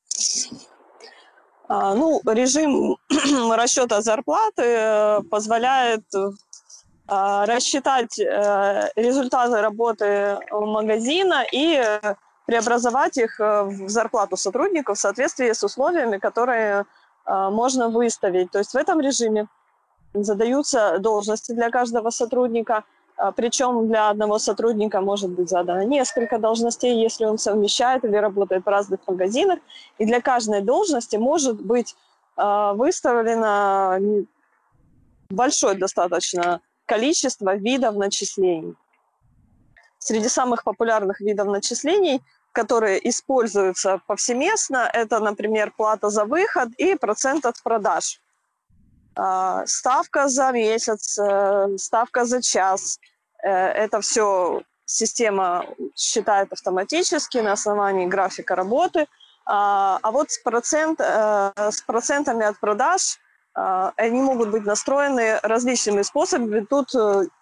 А, ну, режим расчета зарплаты позволяет а, рассчитать а, результаты работы магазина и преобразовать их в зарплату сотрудников в соответствии с условиями, которые а, можно выставить. То есть в этом режиме задаются должности для каждого сотрудника, а, причем для одного сотрудника может быть задано несколько должностей, если он совмещает или работает в разных магазинах. И для каждой должности может быть а, выставлено большое достаточно количество видов начислений. Среди самых популярных видов начислений, которые используются повсеместно, это, например, плата за выход и процент от продаж. Ставка за месяц, ставка за час. Это все система считает автоматически на основании графика работы. А вот с, процент, с процентами от продаж они могут быть настроены различными способами. Тут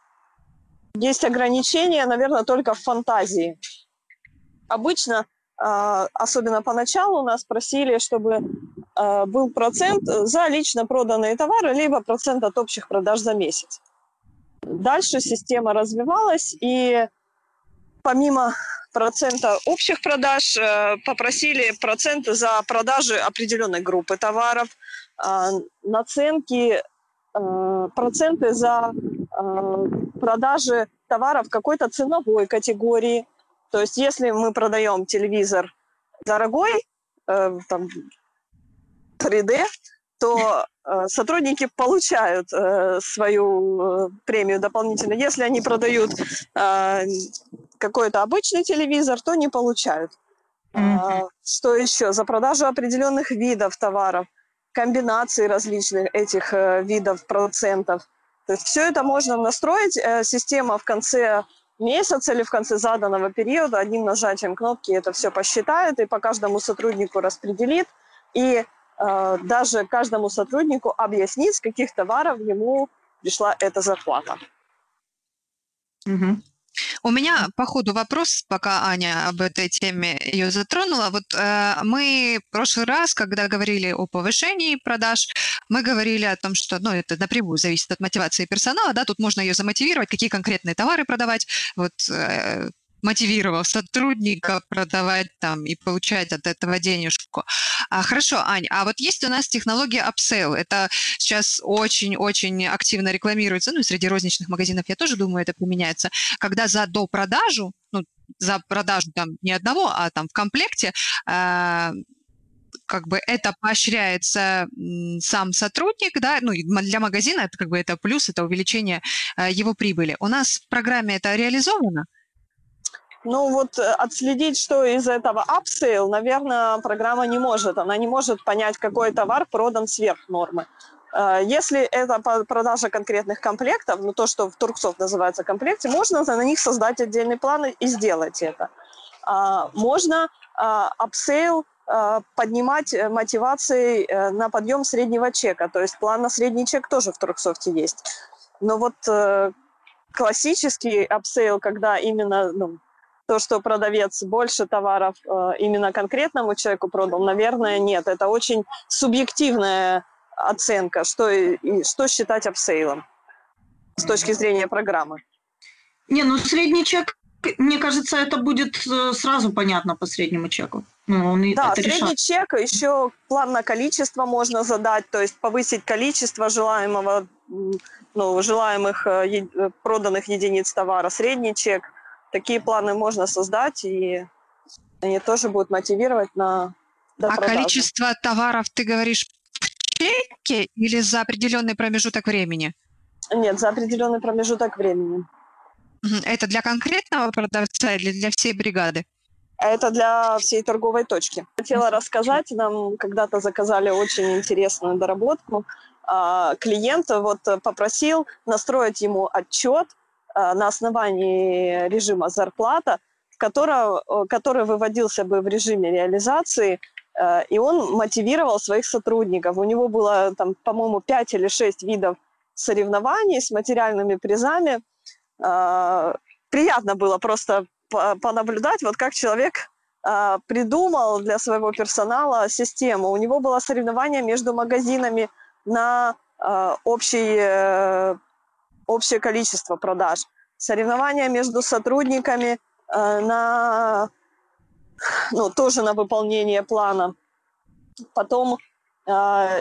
есть ограничения, наверное, только в фантазии. Обычно, особенно поначалу, нас просили, чтобы был процент за лично проданные товары, либо процент от общих продаж за месяц. Дальше система развивалась, и помимо процента общих продаж попросили проценты за продажи определенной группы товаров, наценки, проценты за продажи товаров какой-то ценовой категории. То есть если мы продаем телевизор дорогой, там, три дэ, то э, сотрудники получают э, свою э, премию дополнительно. Если они продают э, какой-то обычный телевизор, то не получают. Mm-hmm. А, что еще? За продажу определенных видов товаров, комбинаций различных этих э, видов процентов. То есть все это можно настроить. Э, система в конце месяца или в конце заданного периода одним нажатием кнопки это все посчитает и по каждому сотруднику распределит. И даже каждому сотруднику объяснить, с каких товаров ему пришла эта зарплата. Угу. У меня по ходу вопрос, пока Аня об этой теме ее затронула. Вот э, мы в прошлый раз, когда говорили о повышении продаж, мы говорили о том, что ну, это напрямую зависит от мотивации персонала, да, тут можно ее замотивировать, какие конкретные товары продавать, вот, э, мотивировав сотрудника продавать там и получать от этого денежку. А, хорошо, Ань, а вот есть у нас технология upsell. Это сейчас очень-очень активно рекламируется, ну и среди розничных магазинов, я тоже думаю, это применяется, когда за допродажу, ну, за продажу там не одного, а там в комплекте, э, как бы это поощряется сам сотрудник, да, ну, для магазина это как бы это плюс, это увеличение э, его прибыли. У нас в программе это реализовано? Ну вот отследить, что из этого upsell, наверное, программа не может. Она не может понять, какой товар продан сверх нормы. Если это продажа конкретных комплектов, ну то, что в Турксофт называется комплекты, можно на них создать отдельный план и сделать это. Можно upsell поднимать мотивацией на подъем среднего чека. То есть план на средний чек тоже в Турксофте есть. Но вот классический апсейл, когда именно ну, то, что продавец больше товаров э, именно конкретному человеку продал, наверное, нет. Это очень субъективная оценка, что, и, и, что считать апсейлом с точки зрения программы. Не, ну средний чек, мне кажется, это будет сразу понятно по среднему чеку. Ну, он да, это средний решает. чек, еще план на количество можно задать, то есть повысить количество желаемого, ну, желаемых проданных единиц товара. Средний чек, такие планы можно создать, и они тоже будут мотивировать на А продажу. количество товаров ты говоришь в чеке или за определенный промежуток времени? Нет, за определенный промежуток времени. Это для конкретного продавца или для всей бригады? Это для всей торговой точки. Хотела рассказать, нам когда-то заказали очень интересную доработку. Клиент вот попросил настроить ему отчет на основании режима зарплата, который, который выводился бы в режиме реализации, и он мотивировал своих сотрудников. У него было, там, по-моему, пять или шесть видов соревнований с материальными призами. Приятно было просто понаблюдать, вот как человек э, придумал для своего персонала систему. У него было соревнование между магазинами на э, общий, э, общее количество продаж. Соревнование между сотрудниками э, на, ну, тоже на выполнение плана. Потом э,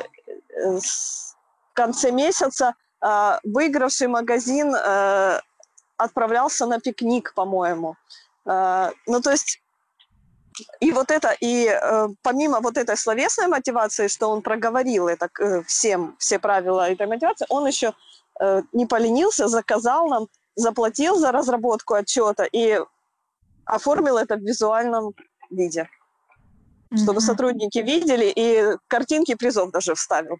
в конце месяца э, выигравший магазин э, отправлялся на пикник, по-моему. Uh, ну, то есть, и вот это, и uh, помимо вот этой словесной мотивации, что он проговорил это uh, всем, все правила этой мотивации, он еще uh, не поленился, заказал нам, заплатил за разработку отчета и оформил это в визуальном виде, mm-hmm. чтобы сотрудники видели, и картинки призов даже вставил.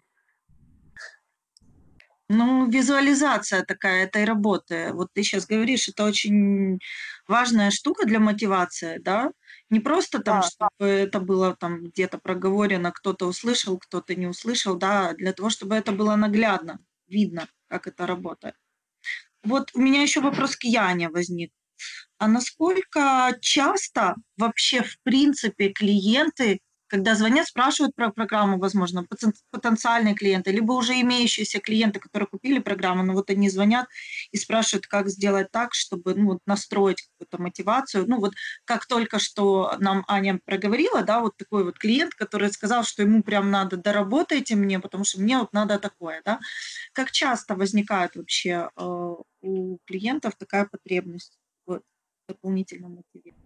Ну, визуализация такая этой работы. Вот ты сейчас говоришь, это очень важная штука для мотивации, да? Не просто там, да, чтобы да. это было там где-то проговорено, кто-то услышал, кто-то не услышал, да, для того, чтобы это было наглядно, видно, как это работает. Вот у меня еще вопрос к Яне возник. А насколько часто вообще, в принципе, клиенты, когда звонят, спрашивают про программу, возможно, потенциальные клиенты, либо уже имеющиеся клиенты, которые купили программу, но вот они звонят и спрашивают, как сделать так, чтобы ну, вот настроить какую-то мотивацию. Ну вот как только что нам Аня проговорила, да, вот такой вот клиент, который сказал, что ему прям надо, доработайте мне, потому что мне вот надо такое, да. Как часто возникает вообще э, у клиентов такая потребность в дополнительном мотиве?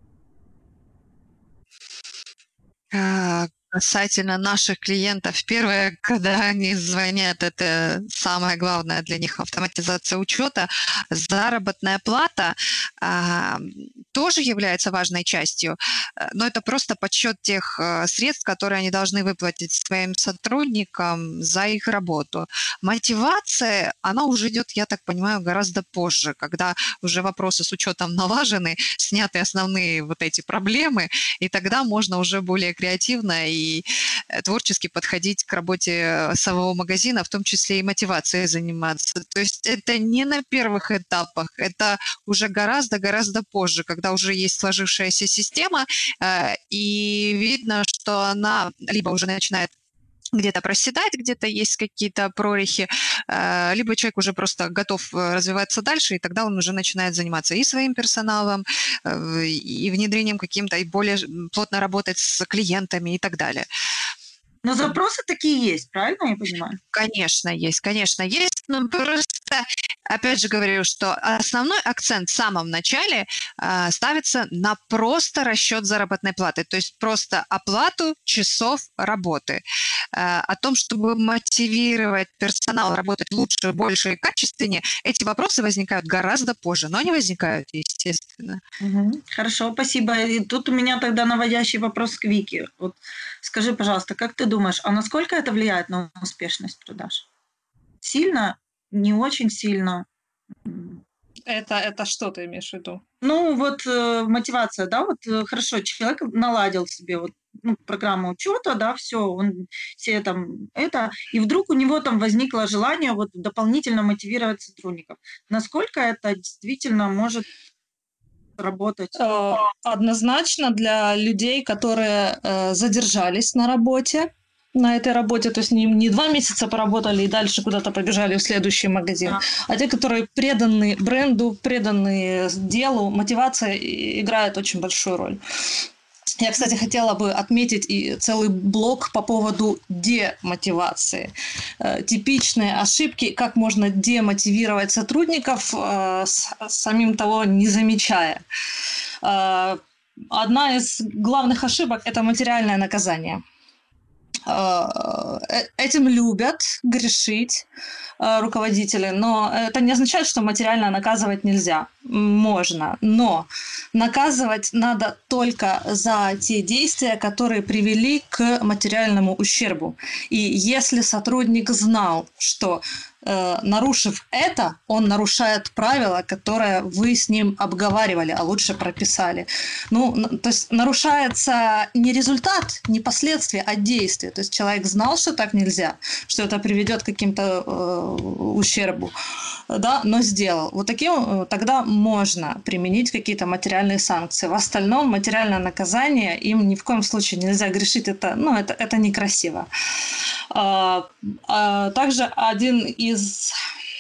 Касательно наших клиентов, первое, когда они звонят, это самое главное для них — автоматизация учета. Заработная плата а, тоже является важной частью, но это просто подсчет тех средств, которые они должны выплатить своим сотрудникам за их работу. Мотивация, она уже идет, я так понимаю, гораздо позже, когда уже вопросы с учетом налажены, сняты основные вот эти проблемы, и тогда можно уже более креативно и и творчески подходить к работе самого магазина, в том числе и мотивацией заниматься. То есть это не на первых этапах, это уже гораздо-гораздо позже, когда уже есть сложившаяся система, и видно, что она либо уже начинает где-то проседать, где-то есть какие-то прорехи, либо человек уже просто готов развиваться дальше, и тогда он уже начинает заниматься и своим персоналом, и внедрением каким-то, и более плотно работать с клиентами и так далее. Но запросы такие есть, правильно я понимаю? Конечно, есть, конечно, есть, но просто, опять же говорю, что основной акцент в самом начале э, ставится на просто расчет заработной платы, то есть просто оплату часов работы. Э, о том, чтобы мотивировать персонал работать лучше, больше и качественнее, эти вопросы возникают гораздо позже, но они возникают, естественно. Угу. Хорошо, спасибо. И тут у меня тогда наводящий вопрос к Вике. Вот скажи, пожалуйста, как ты думаешь, а насколько это влияет на успешность продаж? Сильно? Не очень сильно? Это, это что ты имеешь в виду? Ну, вот э, мотивация, да, вот э, хорошо, человек наладил себе вот ну, программа учета, да, все, он все там это, и вдруг у него там возникло желание вот дополнительно мотивировать сотрудников. Насколько это действительно может работать? Э, Однозначно для людей, которые э, задержались на работе, на этой работе, то есть не, не два месяца поработали и дальше куда-то побежали в следующий магазин, Да. а те, которые преданы бренду, преданы делу, мотивация и- играет очень большую роль. Я, кстати, хотела бы отметить и целый блок по поводу демотивации. Э, Типичные ошибки, как можно демотивировать сотрудников, э, с- самим того не замечая. Э, Одна из главных ошибок – это материальное наказание. Э, э- Этим любят грешить э, руководители, но это не означает, что материально наказывать нельзя. Можно, но наказывать надо только за те действия, которые привели к материальному ущербу. И если сотрудник знал, что э, нарушив это, он нарушает правила, которые вы с ним обговаривали, а лучше прописали. Ну, н- то есть нарушается не результат, не последствия, а действие. То есть человек знал, что так нельзя, что это приведет к каким-то э, ущербу, да, но сделал. Вот таким э, тогда можно применить какие-то материальные санкции. В остальном материальное наказание им ни в коем случае нельзя грешить. Это, ну, это, это некрасиво. А, а также один из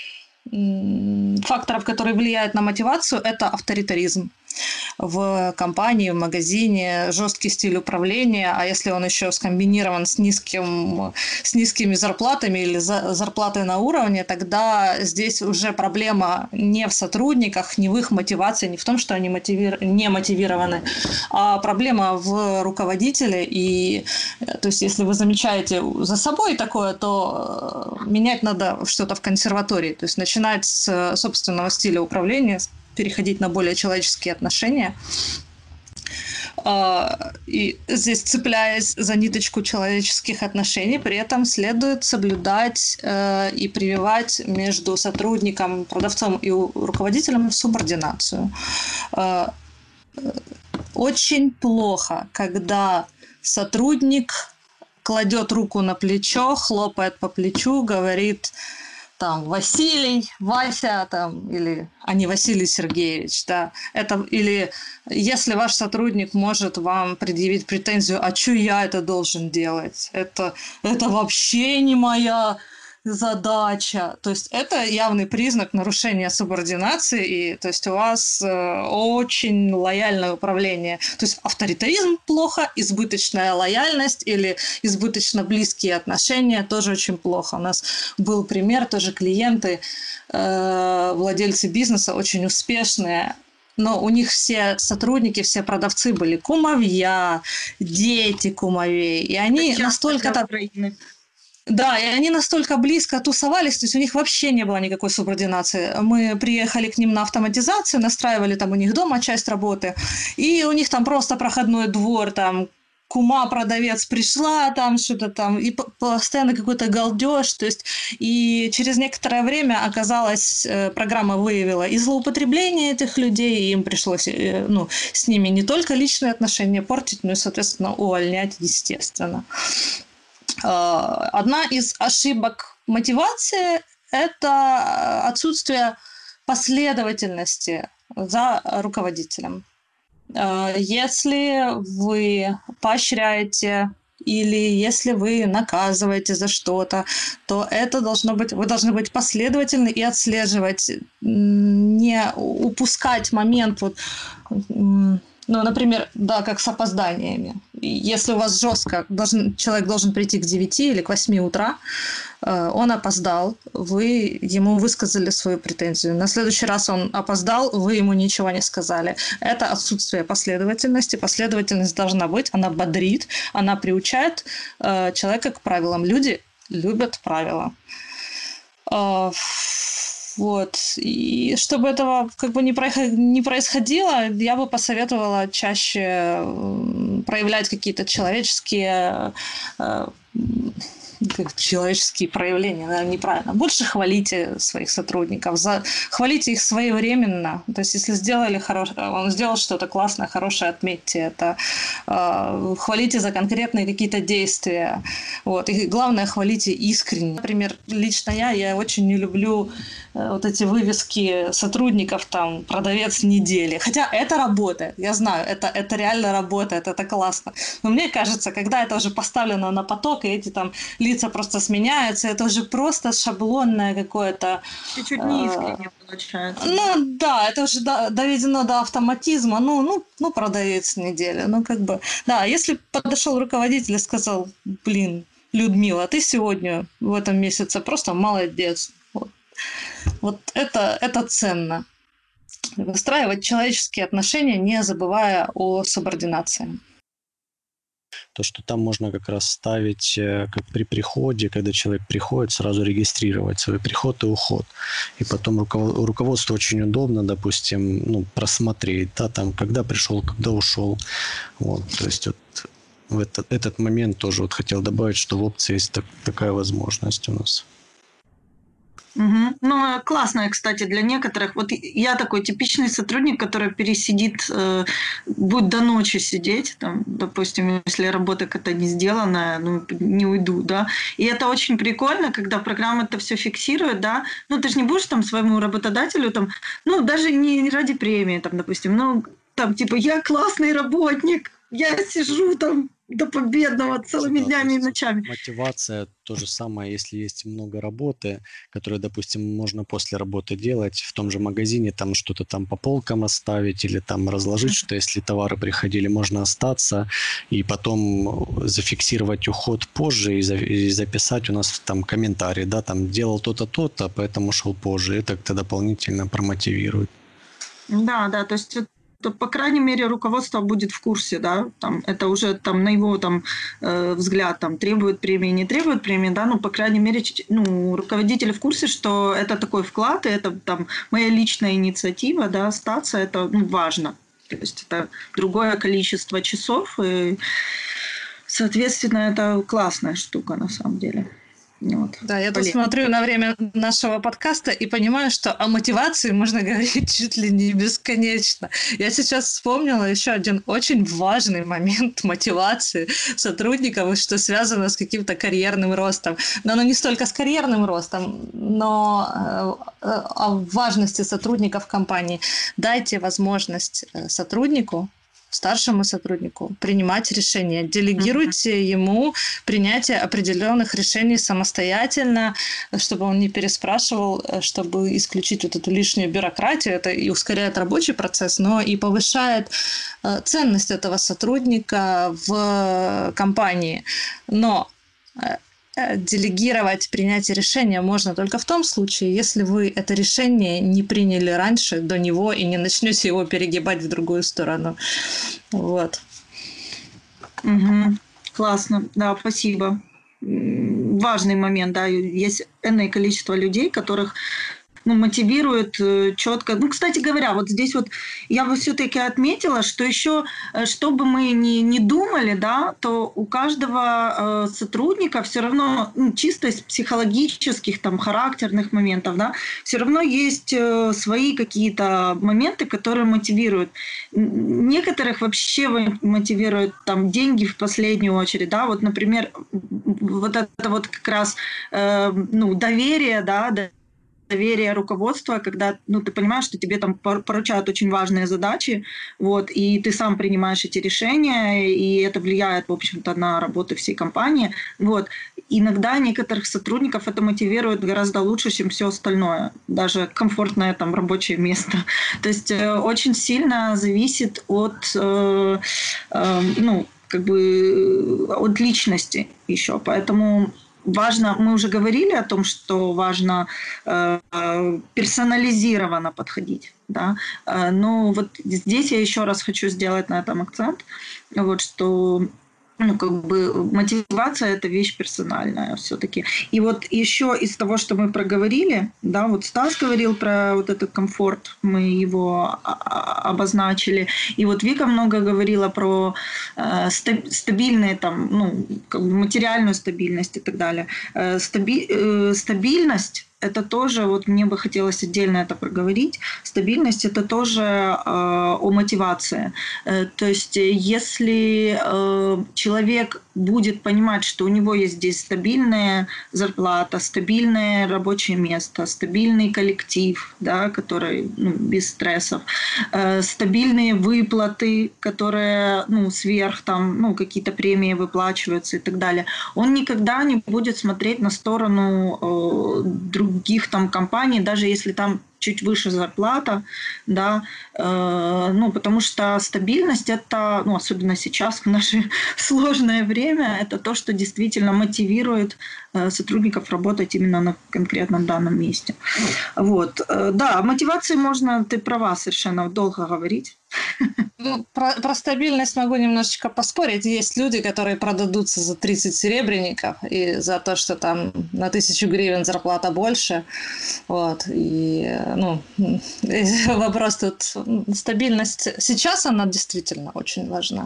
м, факторов, который влияет на мотивацию, это авторитаризм в компании, в магазине, жесткий стиль управления, а если он еще скомбинирован с, низким, с низкими зарплатами или за, зарплатой на уровне, тогда здесь уже проблема не в сотрудниках, не в их мотивации, не в том, что они мотивир... не мотивированы, а проблема в руководителе. И то есть, если вы замечаете за собой такое, то менять надо что-то в консерватории, то есть начинать с собственного стиля управления, переходить на более человеческие отношения. И здесь, цепляясь за ниточку человеческих отношений, при этом следует соблюдать и прививать между сотрудником, продавцом и руководителем субординацию. Очень плохо, когда сотрудник кладет руку на плечо, хлопает по плечу, говорит: там Василий, Вася, там, или а не Василий Сергеевич, да, это, или если ваш сотрудник может вам предъявить претензию, а что я это должен делать, это, это вообще не моя задача, то есть это явный признак нарушения субординации, и то есть у вас э, очень лояльное управление, то есть авторитаризм плохо, избыточная лояльность или избыточно близкие отношения тоже очень плохо. У нас был пример, тоже клиенты, э, владельцы бизнеса очень успешные, но у них все сотрудники, все продавцы были кумовья, дети кумовей, и они настолько-то... Да, и они настолько близко тусовались, то есть у них вообще не было никакой субординации. Мы приехали к ним на автоматизацию, настраивали там у них дома часть работы, и у них там просто проходной двор, там кума продавец пришла, там что-то там, и постоянно какой-то галдеж, то есть, и через некоторое время оказалось, программа выявила и злоупотребление этих людей, и им пришлось, ну, с ними не только личные отношения портить, но и, соответственно, увольнять, естественно. Одна из ошибок мотивации – это отсутствие последовательности за руководителем. Если вы поощряете или если вы наказываете за что-то, то это должно быть, вы должны быть последовательны и отслеживать, не упускать момент, вот, ну, например, да, как с опозданиями. Если у вас жестко, должен, человек должен прийти к девяти или к восьми утра, он опоздал, вы ему высказали свою претензию. На следующий раз он опоздал, вы ему ничего не сказали. Это отсутствие последовательности. Последовательность должна быть, она бодрит, она приучает человека к правилам. Люди любят правила. Вот. И чтобы этого как бы не происходило, я бы посоветовала чаще проявлять какие-то человеческие как человеческие проявления, наверное, неправильно. Больше хвалите своих сотрудников, за... хвалите их своевременно. То есть, если сделали хорош... он сделал что-то классное, хорошее, отметьте это. Э, хвалите за конкретные какие-то действия. Вот. И главное, хвалите искренне. Например, лично я, я очень не люблю э, вот эти вывески сотрудников, там, продавец недели. Хотя это работает, я знаю, это, это реально работает, это классно. Но мне кажется, когда это уже поставлено на поток, и эти там лица просто сменяются, это уже просто шаблонное какое-то... Чуть-чуть неискренне получается. Ну да, это уже до, доведено до автоматизма. Ну, ну, ну, продавец недели. Ну, как бы... Да, если подошел руководитель и сказал, блин, Людмила, ты сегодня в этом месяце просто молодец. Вот, вот это, это ценно. Выстраивать человеческие отношения, не забывая о субординации. То, что там можно как раз ставить, как при приходе, когда человек приходит, сразу регистрировать свой приход и уход. И потом руководству очень удобно, допустим, ну, просмотреть, да, там, когда пришел, когда ушел. Вот, то есть вот в этот, этот момент тоже вот хотел добавить, что в опции есть так, такая возможность у нас. Угу. Ну, классная, кстати, для некоторых. Вот я такой типичный сотрудник, который пересидит, э, будет до ночи сидеть, там, допустим, если работа какая-то не сделанная, ну, не уйду, да. И это очень прикольно, когда программа это все фиксирует, да. Ну, ты же не будешь там своему работодателю, там, ну, даже не ради премии, там, допустим, ну, там, типа, я классный работник, я сижу там до победного целыми Да, днями и ночами. Мотивация то же самое, если есть много работы, которую, допустим, можно после работы делать в том же магазине, там что-то там по полкам оставить или там разложить, что если товары приходили, можно остаться и потом зафиксировать уход позже и, за, и записать у нас там комментарий, да, там делал то-то, то-то, поэтому шел позже. Это как-то дополнительно промотивирует. Да, да, то есть то, по крайней мере, руководство будет в курсе, да, там, это уже там на его там э, взгляд там требует премии, не требует премии, да, ну, по крайней мере, ну, руководители в курсе, что это такой вклад, и это там моя личная инициатива, да, остаться, это, ну, важно, то есть это другое количество часов, и, соответственно, это классная штука на самом деле. Вот. Да, я тут смотрю на время нашего подкаста и понимаю, что о мотивации можно говорить чуть ли не бесконечно. Я сейчас вспомнила еще один очень важный момент мотивации сотрудников, что связано с каким-то карьерным ростом. Но оно не столько с карьерным ростом, но о важности сотрудников компании. Дайте возможность сотруднику, старшему сотруднику принимать решения. Делегируйте mm-hmm. ему принятие определенных решений самостоятельно, чтобы он не переспрашивал, чтобы исключить вот эту лишнюю бюрократию. Это и ускоряет рабочий процесс, но и повышает ценность этого сотрудника в компании. Но делегировать принятие решения можно только в том случае, если вы это решение не приняли раньше до него и не начнете его перегибать в другую сторону. Вот. Угу. Классно, да, спасибо. Важный момент, да, есть энное количество людей, которых ну, мотивирует четко. Ну, кстати говоря, вот здесь вот я бы все-таки отметила, что еще, что бы мы ни, ни думали, да, то у каждого сотрудника все равно, ну, чисто из психологических, там, характерных моментов, да, все равно есть свои какие-то моменты, которые мотивируют. Некоторых вообще мотивируют там деньги в последнюю очередь, да, вот, например, вот это вот как раз, э, ну, доверие, да, доверие руководства, когда, ну, ты понимаешь, что тебе там поручают очень важные задачи, вот, и ты сам принимаешь эти решения, и это влияет, в общем-то, на работу всей компании, вот. Иногда некоторых сотрудников это мотивирует гораздо лучше, чем все остальное, даже комфортное там рабочее место. То есть э, очень сильно зависит от, э, э, ну, как бы от личности еще, поэтому важно, мы уже говорили о том, что важно э, персонализированно подходить, да, но вот здесь я еще раз хочу сделать на этом акцент, вот, что ну, как бы мотивация – это вещь персональная все-таки. И вот еще из того, что мы проговорили, да, вот Стас говорил про вот этот комфорт, мы его обозначили, и вот Вика много говорила про э, стабильные там, ну, как бы материальную стабильность и так далее. Э, стаби, э, стабильность – это тоже, вот мне бы хотелось отдельно это проговорить, стабильность – это тоже э, о мотивации. Э, то есть если э, человек будет понимать, что у него есть здесь стабильная зарплата, стабильное рабочее место, стабильный коллектив, да, который, ну, без стрессов, э, стабильные выплаты, которые, ну, сверх там, ну, какие-то премии выплачиваются и так далее, он никогда не будет смотреть на сторону э, других там компаний, даже если там чуть выше зарплата, да, э, ну, потому что стабильность – это, ну, особенно сейчас, в наше сложное время, это то, что действительно мотивирует э, сотрудников работать именно на конкретном данном месте. Вот. Э, да, о мотивации можно, ты права, совершенно долго говорить. Ну, про, про стабильность могу немножечко поспорить. Есть люди, которые продадутся за тридцать серебряников и за то, что там на тысячу гривен зарплата больше. Вот. И, ну, вопрос тут, стабильность сейчас, она действительно очень важна.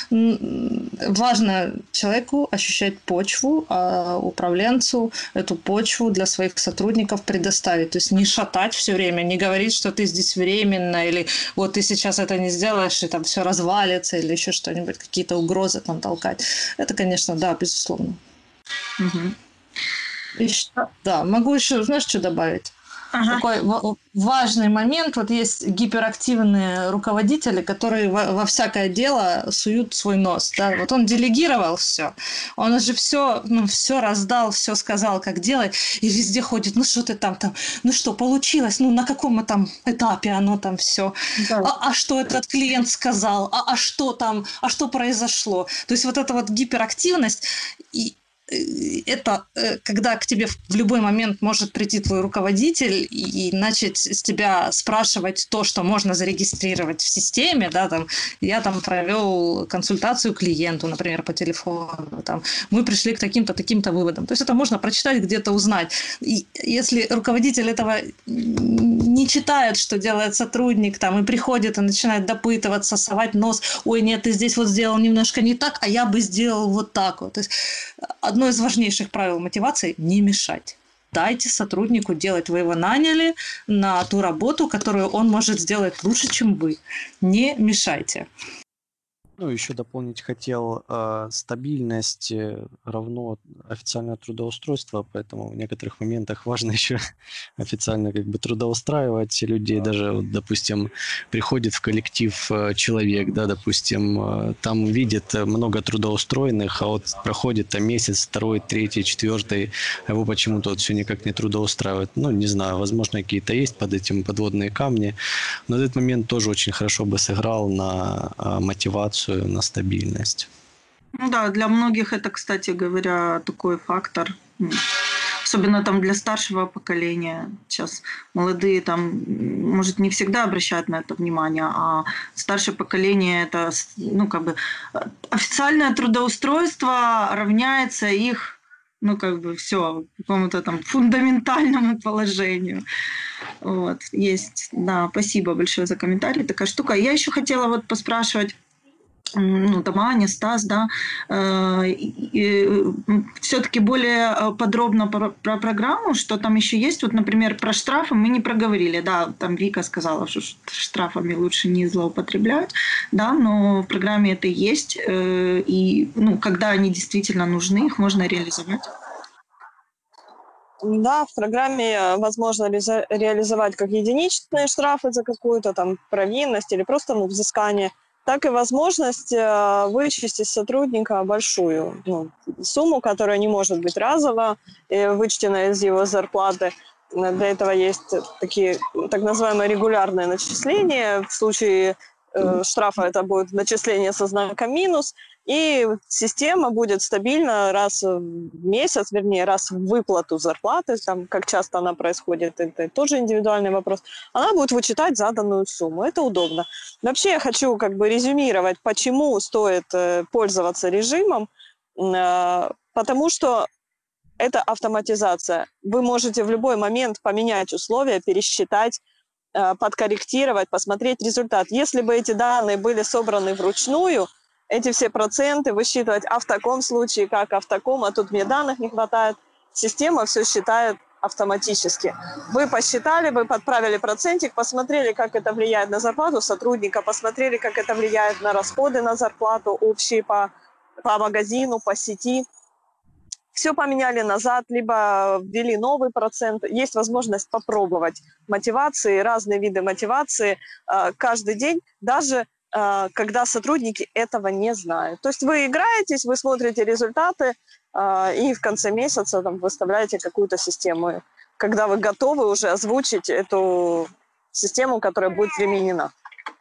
Важно человеку ощущать почву, а управленцу эту почву для своих сотрудников предоставить. То есть не шатать все время, не говорить, что ты здесь временно, или вот ты сейчас это не сделаешь, и там все развалится, или еще что-нибудь, какие-то угрозы там толкать. Это, конечно, да, безусловно. Угу. Еще, да, могу еще, знаешь, что добавить? Ага. Такой важный момент. Вот есть гиперактивные руководители, которые во, во всякое дело суют свой нос. Да? Вот он делегировал все. Он уже все, ну, все раздал, все сказал, как делать. И везде ходит, ну что ты там, там, ну что, получилось, ну на каком там этапе оно там все. Да. А, а что этот клиент сказал? А, а что там? А что произошло? То есть вот эта вот гиперактивность... И это когда к тебе в любой момент может прийти твой руководитель и начать с тебя спрашивать то, что можно зарегистрировать в системе, да, там, я там провел консультацию клиенту, например, по телефону, там, мы пришли к таким-то, таким-то выводам. То есть это можно прочитать, где-то узнать. И если руководитель этого не читает, что делает сотрудник, там, и приходит и начинает допытываться, совать нос, ой, нет, ты здесь вот сделал немножко не так, а я бы сделал вот так вот. То есть одно из важнейших правил мотивации – не мешать. Дайте сотруднику делать. Вы его наняли на ту работу, которую он может сделать лучше, чем вы. Не мешайте. Ну, еще дополнить хотел, э, стабильность равно официальное трудоустройство, поэтому в некоторых моментах важно еще официально как бы трудоустраивать людей. Даже, вот, допустим, приходит в коллектив человек, да, допустим, там видит много трудоустроенных, а вот проходит там месяц, второй, третий, четвертый, а его почему-то вот все никак не трудоустраивает. Ну, не знаю, возможно, какие-то есть под этим подводные камни, но этот момент тоже очень хорошо бы сыграл на мотивацию, на стабильность. Ну да, для многих это, кстати говоря, такой фактор, особенно там для старшего поколения. Сейчас молодые там, может, не всегда обращают на это внимание, а старшее поколение это, ну, как бы официальное трудоустройство равняется их, ну, как бы все, какому-то там фундаментальному положению. Вот, есть, да, спасибо большое за комментарий, такая штука. Я еще хотела вот поспрашивать, ну, там Аня, Стас, да, э, все-таки более подробно про, про программу, что там еще есть. Вот, например, про штрафы мы не проговорили, да, там Вика сказала, что штрафами лучше не злоупотреблять, да, но в программе это есть, э, и, ну, когда они действительно нужны, их можно реализовать. Да, в программе возможно ре- реализовать как единичные штрафы за какую-то там провинность или просто, ну, взыскание, так и возможность э, вычесть из сотрудника большую, ну, сумму, которая не может быть разово э, вычтена из его зарплаты. Для этого есть такие так называемые регулярные начисления. В случае э, штрафа это будет начисление со знаком минус. и система будет стабильно раз в месяц, вернее, раз в выплату зарплаты, там, как часто она происходит, это тоже индивидуальный вопрос, она будет вычитать заданную сумму. Это удобно. Вообще я хочу как бы резюмировать, почему стоит пользоваться режимом, потому что это автоматизация. Вы можете в любой момент поменять условия, пересчитать, подкорректировать, посмотреть результат. Если бы эти данные были собраны вручную, эти все проценты высчитывать, а в таком случае, как, а в таком, а тут мне данных не хватает, система все считает автоматически. Вы посчитали, вы подправили процентик, посмотрели, как это влияет на зарплату сотрудника, посмотрели, как это влияет на расходы на зарплату общие по, по магазину, по сети. Все поменяли назад, либо ввели новый процент. Есть возможность попробовать мотивации, разные виды мотивации э, каждый день, даже э, когда сотрудники этого не знают. То есть вы играетесь, вы смотрите результаты э, и в конце месяца там, выставляете какую-то систему, когда вы готовы уже озвучить эту систему, которая будет применена.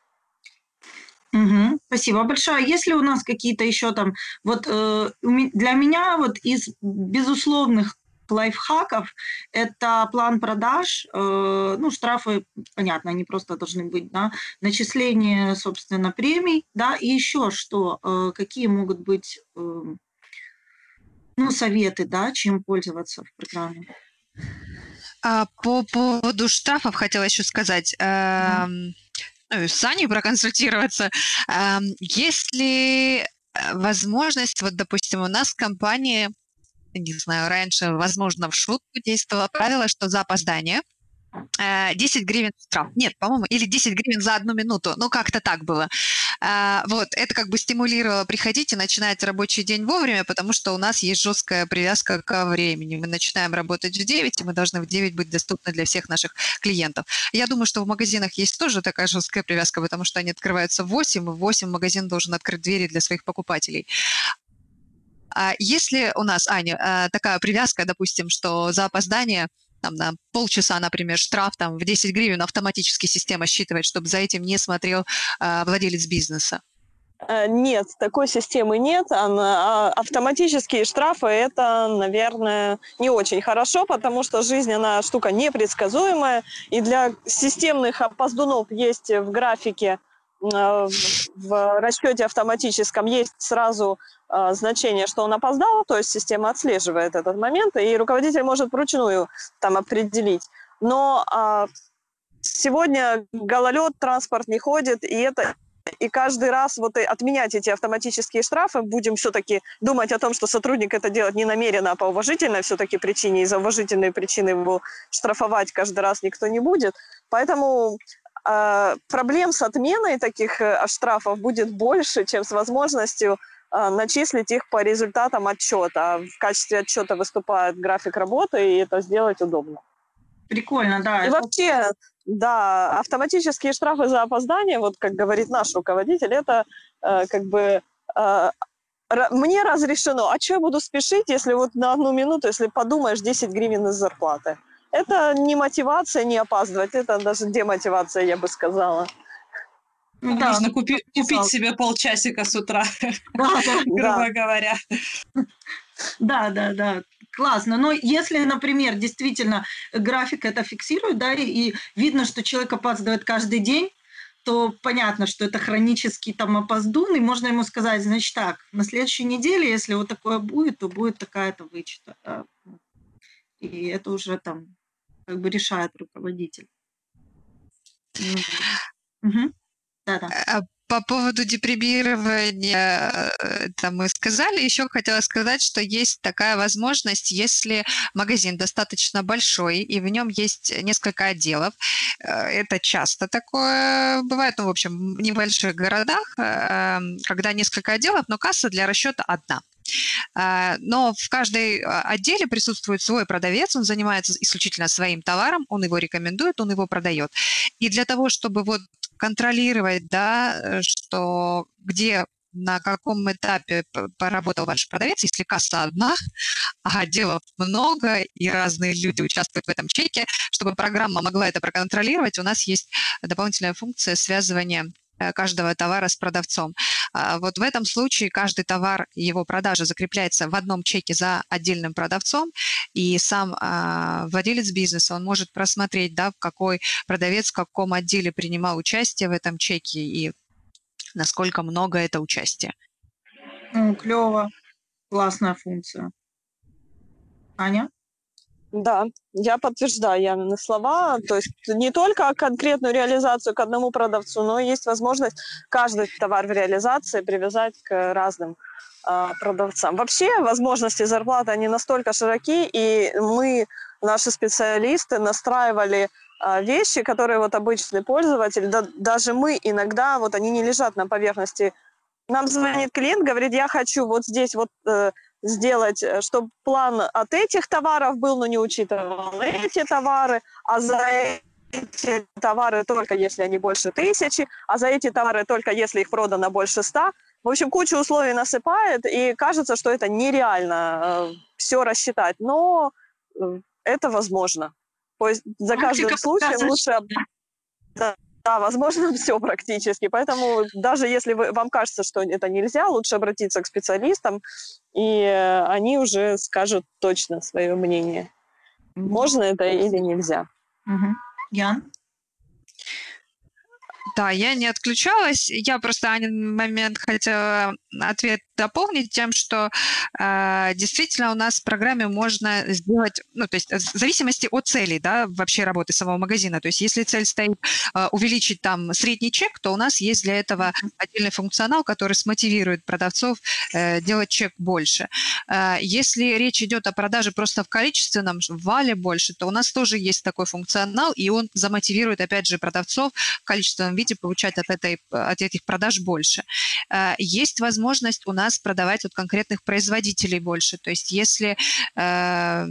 Угу, спасибо большое. Есть ли у нас какие-то еще там, вот э, для меня вот из безусловных лайфхаков это план продаж, э, ну штрафы, понятно, они просто должны быть, да, начисление, собственно, премий, да, и еще что, э, какие могут быть, э, ну, советы, да, чем пользоваться в программе? А, по поводу штрафов хотела еще сказать. Э, Угу. Ну, и с Саней проконсультироваться. Есть ли возможность, вот, допустим, у нас в компании, не знаю, раньше, возможно, в шутку действовало правило, что за опоздание десять гривен штраф. Нет, по-моему, или десять гривен за одну минуту. Ну, как-то так было. Вот, это как бы стимулировало приходить и начинать рабочий день вовремя, потому что у нас есть жесткая привязка ко времени. Мы начинаем работать в девять, и мы должны в девять быть доступны для всех наших клиентов. Я думаю, что в магазинах есть тоже такая жесткая привязка, потому что они открываются в восемь, и в восемь магазин должен открыть двери для своих покупателей. А если у нас, Аня, такая привязка, допустим, что за опоздание там, на полчаса, например, штраф там, в десять гривен автоматически система считывает, чтобы за этим не смотрел э, владелец бизнеса? Нет, такой системы нет. Она, автоматические штрафы – это, наверное, не очень хорошо, потому что жизнь, она штука непредсказуемая, и для системных опоздунов есть в графике, в расчете автоматическом есть сразу э, значение, что он опоздал, то есть система отслеживает этот момент, и руководитель может вручную там определить. Но э, сегодня гололед, транспорт не ходит, и это и каждый раз вот отменять эти автоматические штрафы, будем все-таки думать о том, что сотрудник это делает не намеренно, а по уважительной все-таки причине, и за уважительные причины его штрафовать каждый раз никто не будет. Поэтому проблем с отменой таких штрафов будет больше, чем с возможностью начислить их по результатам отчета. В качестве отчета выступает график работы, и это сделать удобно. Прикольно, да. И это... вообще, да, автоматические штрафы за опоздание, вот как говорит наш руководитель, это э, как бы э, мне разрешено. А что я буду спешить, если вот на одну минуту, если подумаешь, десять гривен из зарплаты? Это не мотивация не опаздывать, это даже демотивация, я бы сказала. Ну, да, можно купи, купить себе полчасика с утра, грубо говоря. Да, да, да, классно. Но если, например, действительно график это фиксирует, да, и видно, что человек опаздывает каждый день, то понятно, что это хронический там опоздун, и можно ему сказать, значит так, на следующей неделе, если вот такое будет, то будет такая-то вычета. Да. И это уже там как бы решает руководитель. Угу. Да-да. По поводу депримирования, там мы сказали, еще хотела сказать, что есть такая возможность, если магазин достаточно большой, и в нем есть несколько отделов. Это часто такое бывает, ну, в общем, в небольших городах, когда несколько отделов, но касса для расчета одна. Но в каждой отделе присутствует свой продавец, он занимается исключительно своим товаром, он его рекомендует, он его продает. И для того, чтобы вот контролировать, да, что где, на каком этапе поработал ваш продавец, если касса одна, а отделов много, и разные люди участвуют в этом чеке, чтобы программа могла это проконтролировать, у нас есть дополнительная функция связывания каждого товара с продавцом. Вот в этом случае каждый товар, его продажа закрепляется в одном чеке за отдельным продавцом, и сам владелец бизнеса, он может просмотреть, да, какой продавец в каком отделе принимал участие в этом чеке и насколько много это участие. Ну, клево. Классная функция. Аня? Да, я подтверждаю Янины слова. То есть не только конкретную реализацию к одному продавцу, но есть возможность каждый товар в реализации привязать к разным э, продавцам. Вообще возможности зарплаты, они настолько широки, и мы, наши специалисты, настраивали э, вещи, которые вот обычный пользователь, да, даже мы иногда, вот они не лежат на поверхности. Нам звонит клиент, говорит, я хочу вот здесь вот... Э, сделать, чтобы план от этих товаров был, но не учитывал эти товары, а за эти товары только если они больше тысячи, а за эти товары только если их продано больше ста. В общем, кучу условий насыпает, и кажется, что это нереально э, все рассчитать, но э, это возможно. То есть за каждым случаем лучше... Да, да, возможно, все практически. Поэтому даже если вы, вам кажется, что это нельзя, лучше обратиться к специалистам, и они уже скажут точно свое мнение. Можно это или нельзя. Угу. Ян? Да, я не отключалась. Я просто Анин момент хотела ответ дополнить тем, что э, действительно у нас в программе можно сделать, ну, то есть в зависимости от целей, да, вообще работы самого магазина. То есть если цель стоит э, увеличить там средний чек, то у нас есть для этого отдельный функционал, который смотивирует продавцов э, делать чек больше. Э, если речь идет о продаже просто в количественном вале больше, то у нас тоже есть такой функционал, и он замотивирует, опять же, продавцов в количественном виде получать от, этой, от этих продаж больше. Э, есть возможность у нас продавать от конкретных производителей больше. То есть если, э,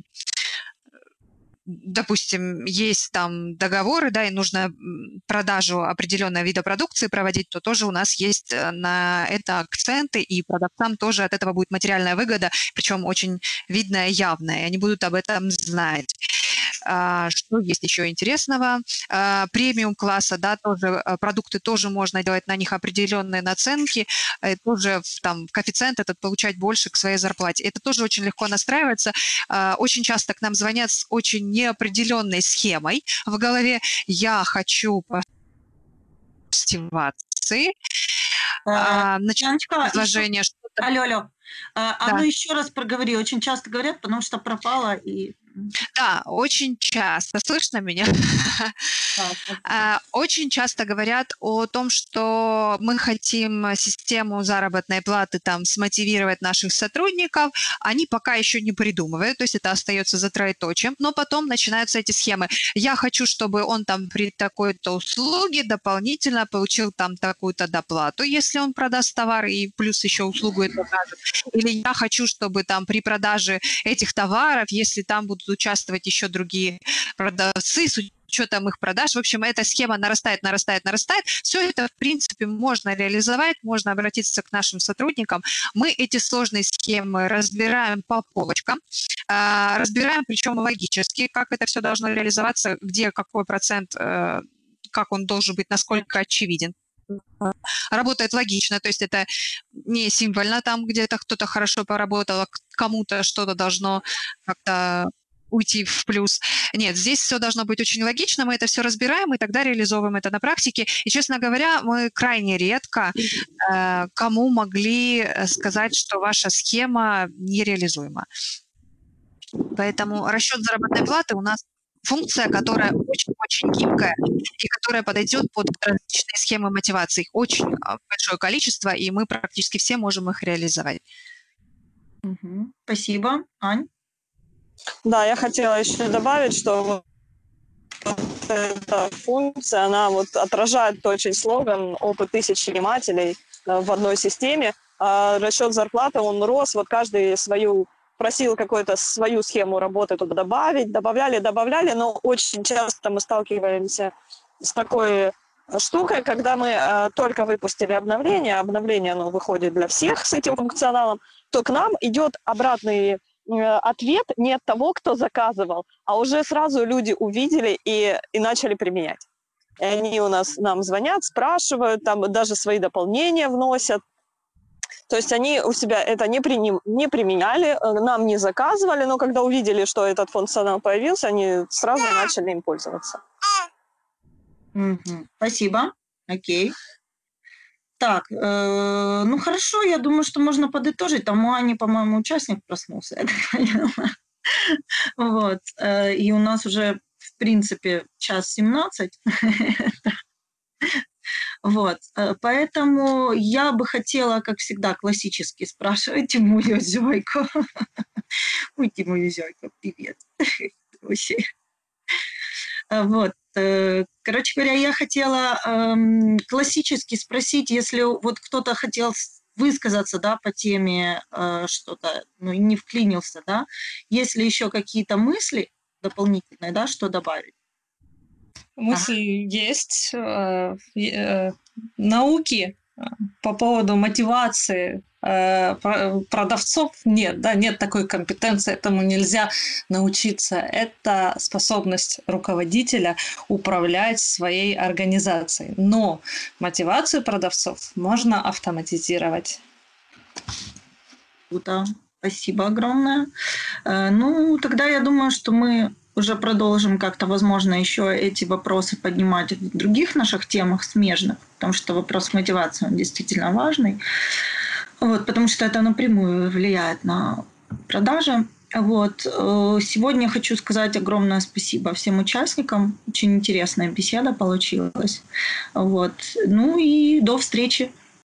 допустим, есть там договоры, да, и нужно продажу определенного вида продукции проводить, то тоже у нас есть на это акценты, и продавцам тоже от этого будет материальная выгода, причем очень видная, явная, и они будут об этом знать. Что есть еще интересного? Премиум-класса, да, тоже продукты тоже можно делать, на них определенные наценки, тоже там коэффициент этот получать больше к своей зарплате. Это тоже очень легко настраивается. Очень часто к нам звонят с очень неопределенной схемой в голове. Я хочу мотивации. А, начать предложение. Еще... Алло, алло. А, да. А ну еще раз проговори. Очень часто говорят, потому что пропала и... Да, очень часто. Слышно меня? Да. Очень часто говорят о том, что мы хотим систему заработной платы там смотивировать наших сотрудников. Они пока еще не придумывают, то есть это остается за троеточием, но потом начинаются эти схемы. Я хочу, чтобы он там при такой-то услуге дополнительно получил там такую-то доплату, если он продаст товар и плюс еще услугу эту покажет. Или я хочу, чтобы там при продаже этих товаров, если там будут участвовать еще другие продавцы с учетом их продаж. В общем, эта схема нарастает, нарастает, нарастает. Все это, в принципе, можно реализовать, можно обратиться к нашим сотрудникам. Мы эти сложные схемы разбираем по полочкам, разбираем, причем логически, как это все должно реализоваться, где какой процент, как он должен быть, насколько очевиден. Работает логично, то есть это не символьно, там где-то кто-то хорошо поработал, а кому-то что-то должно как-то уйти в плюс. Нет, здесь все должно быть очень логично, мы это все разбираем и тогда реализовываем это на практике. И, честно говоря, мы крайне редко э, кому могли сказать, что ваша схема нереализуема. Поэтому расчет заработной платы у нас функция, которая очень-очень гибкая и которая подойдет под различные схемы мотивации. Их очень большое количество, и мы практически все можем их реализовать. Угу. Спасибо. Ань? Да, я хотела еще добавить, что вот эта функция, она вот отражает точный слоган «Опыт тысяч нанимателей» в одной системе. А расчет зарплаты, он рос, вот каждый свою просил какую-то свою схему работы туда добавить, добавляли, добавляли, но очень часто мы сталкиваемся с такой штукой, когда мы э, только выпустили обновление, обновление оно выходит для всех с этим функционалом, то к нам идет обратный э, ответ не от того, кто заказывал, а уже сразу люди увидели и, и начали применять. И они у нас нам звонят, спрашивают, там даже свои дополнения вносят. То есть они у себя это не, приним, не применяли, нам не заказывали, но когда увидели, что этот функционал появился, они сразу начали им пользоваться. Угу. Спасибо. Окей. Так, э, ну хорошо, я думаю, что можно подытожить. Там у Ани, по-моему, участник проснулся, я так поняла. Вот. Э, и у нас уже, в принципе, час семнадцать. Вот, поэтому я бы хотела, как всегда, классически спрашивать мою зёйку. Ой, ты мою зёйку, привет. Вот, короче говоря, я хотела эм, классически спросить, если вот кто-то хотел высказаться, да, по теме э, что-то, ну, и не вклинился, да, есть ли еще какие-то мысли дополнительные, да, что добавить? Мысль ага. есть. Э, э, науки по поводу мотивации э, продавцов нет, да, нет такой компетенции, этому нельзя научиться. Это способность руководителя управлять своей организацией. Но мотивацию продавцов можно автоматизировать. Круто. Спасибо огромное. Ну, тогда я думаю, что мы уже продолжим как-то, возможно, еще эти вопросы поднимать в других наших темах смежных, потому что вопрос мотивации, он действительно важный, вот, потому что это напрямую влияет на продажи. Вот. Сегодня хочу сказать огромное спасибо всем участникам. Очень интересная беседа получилась. Вот. Ну и до встречи.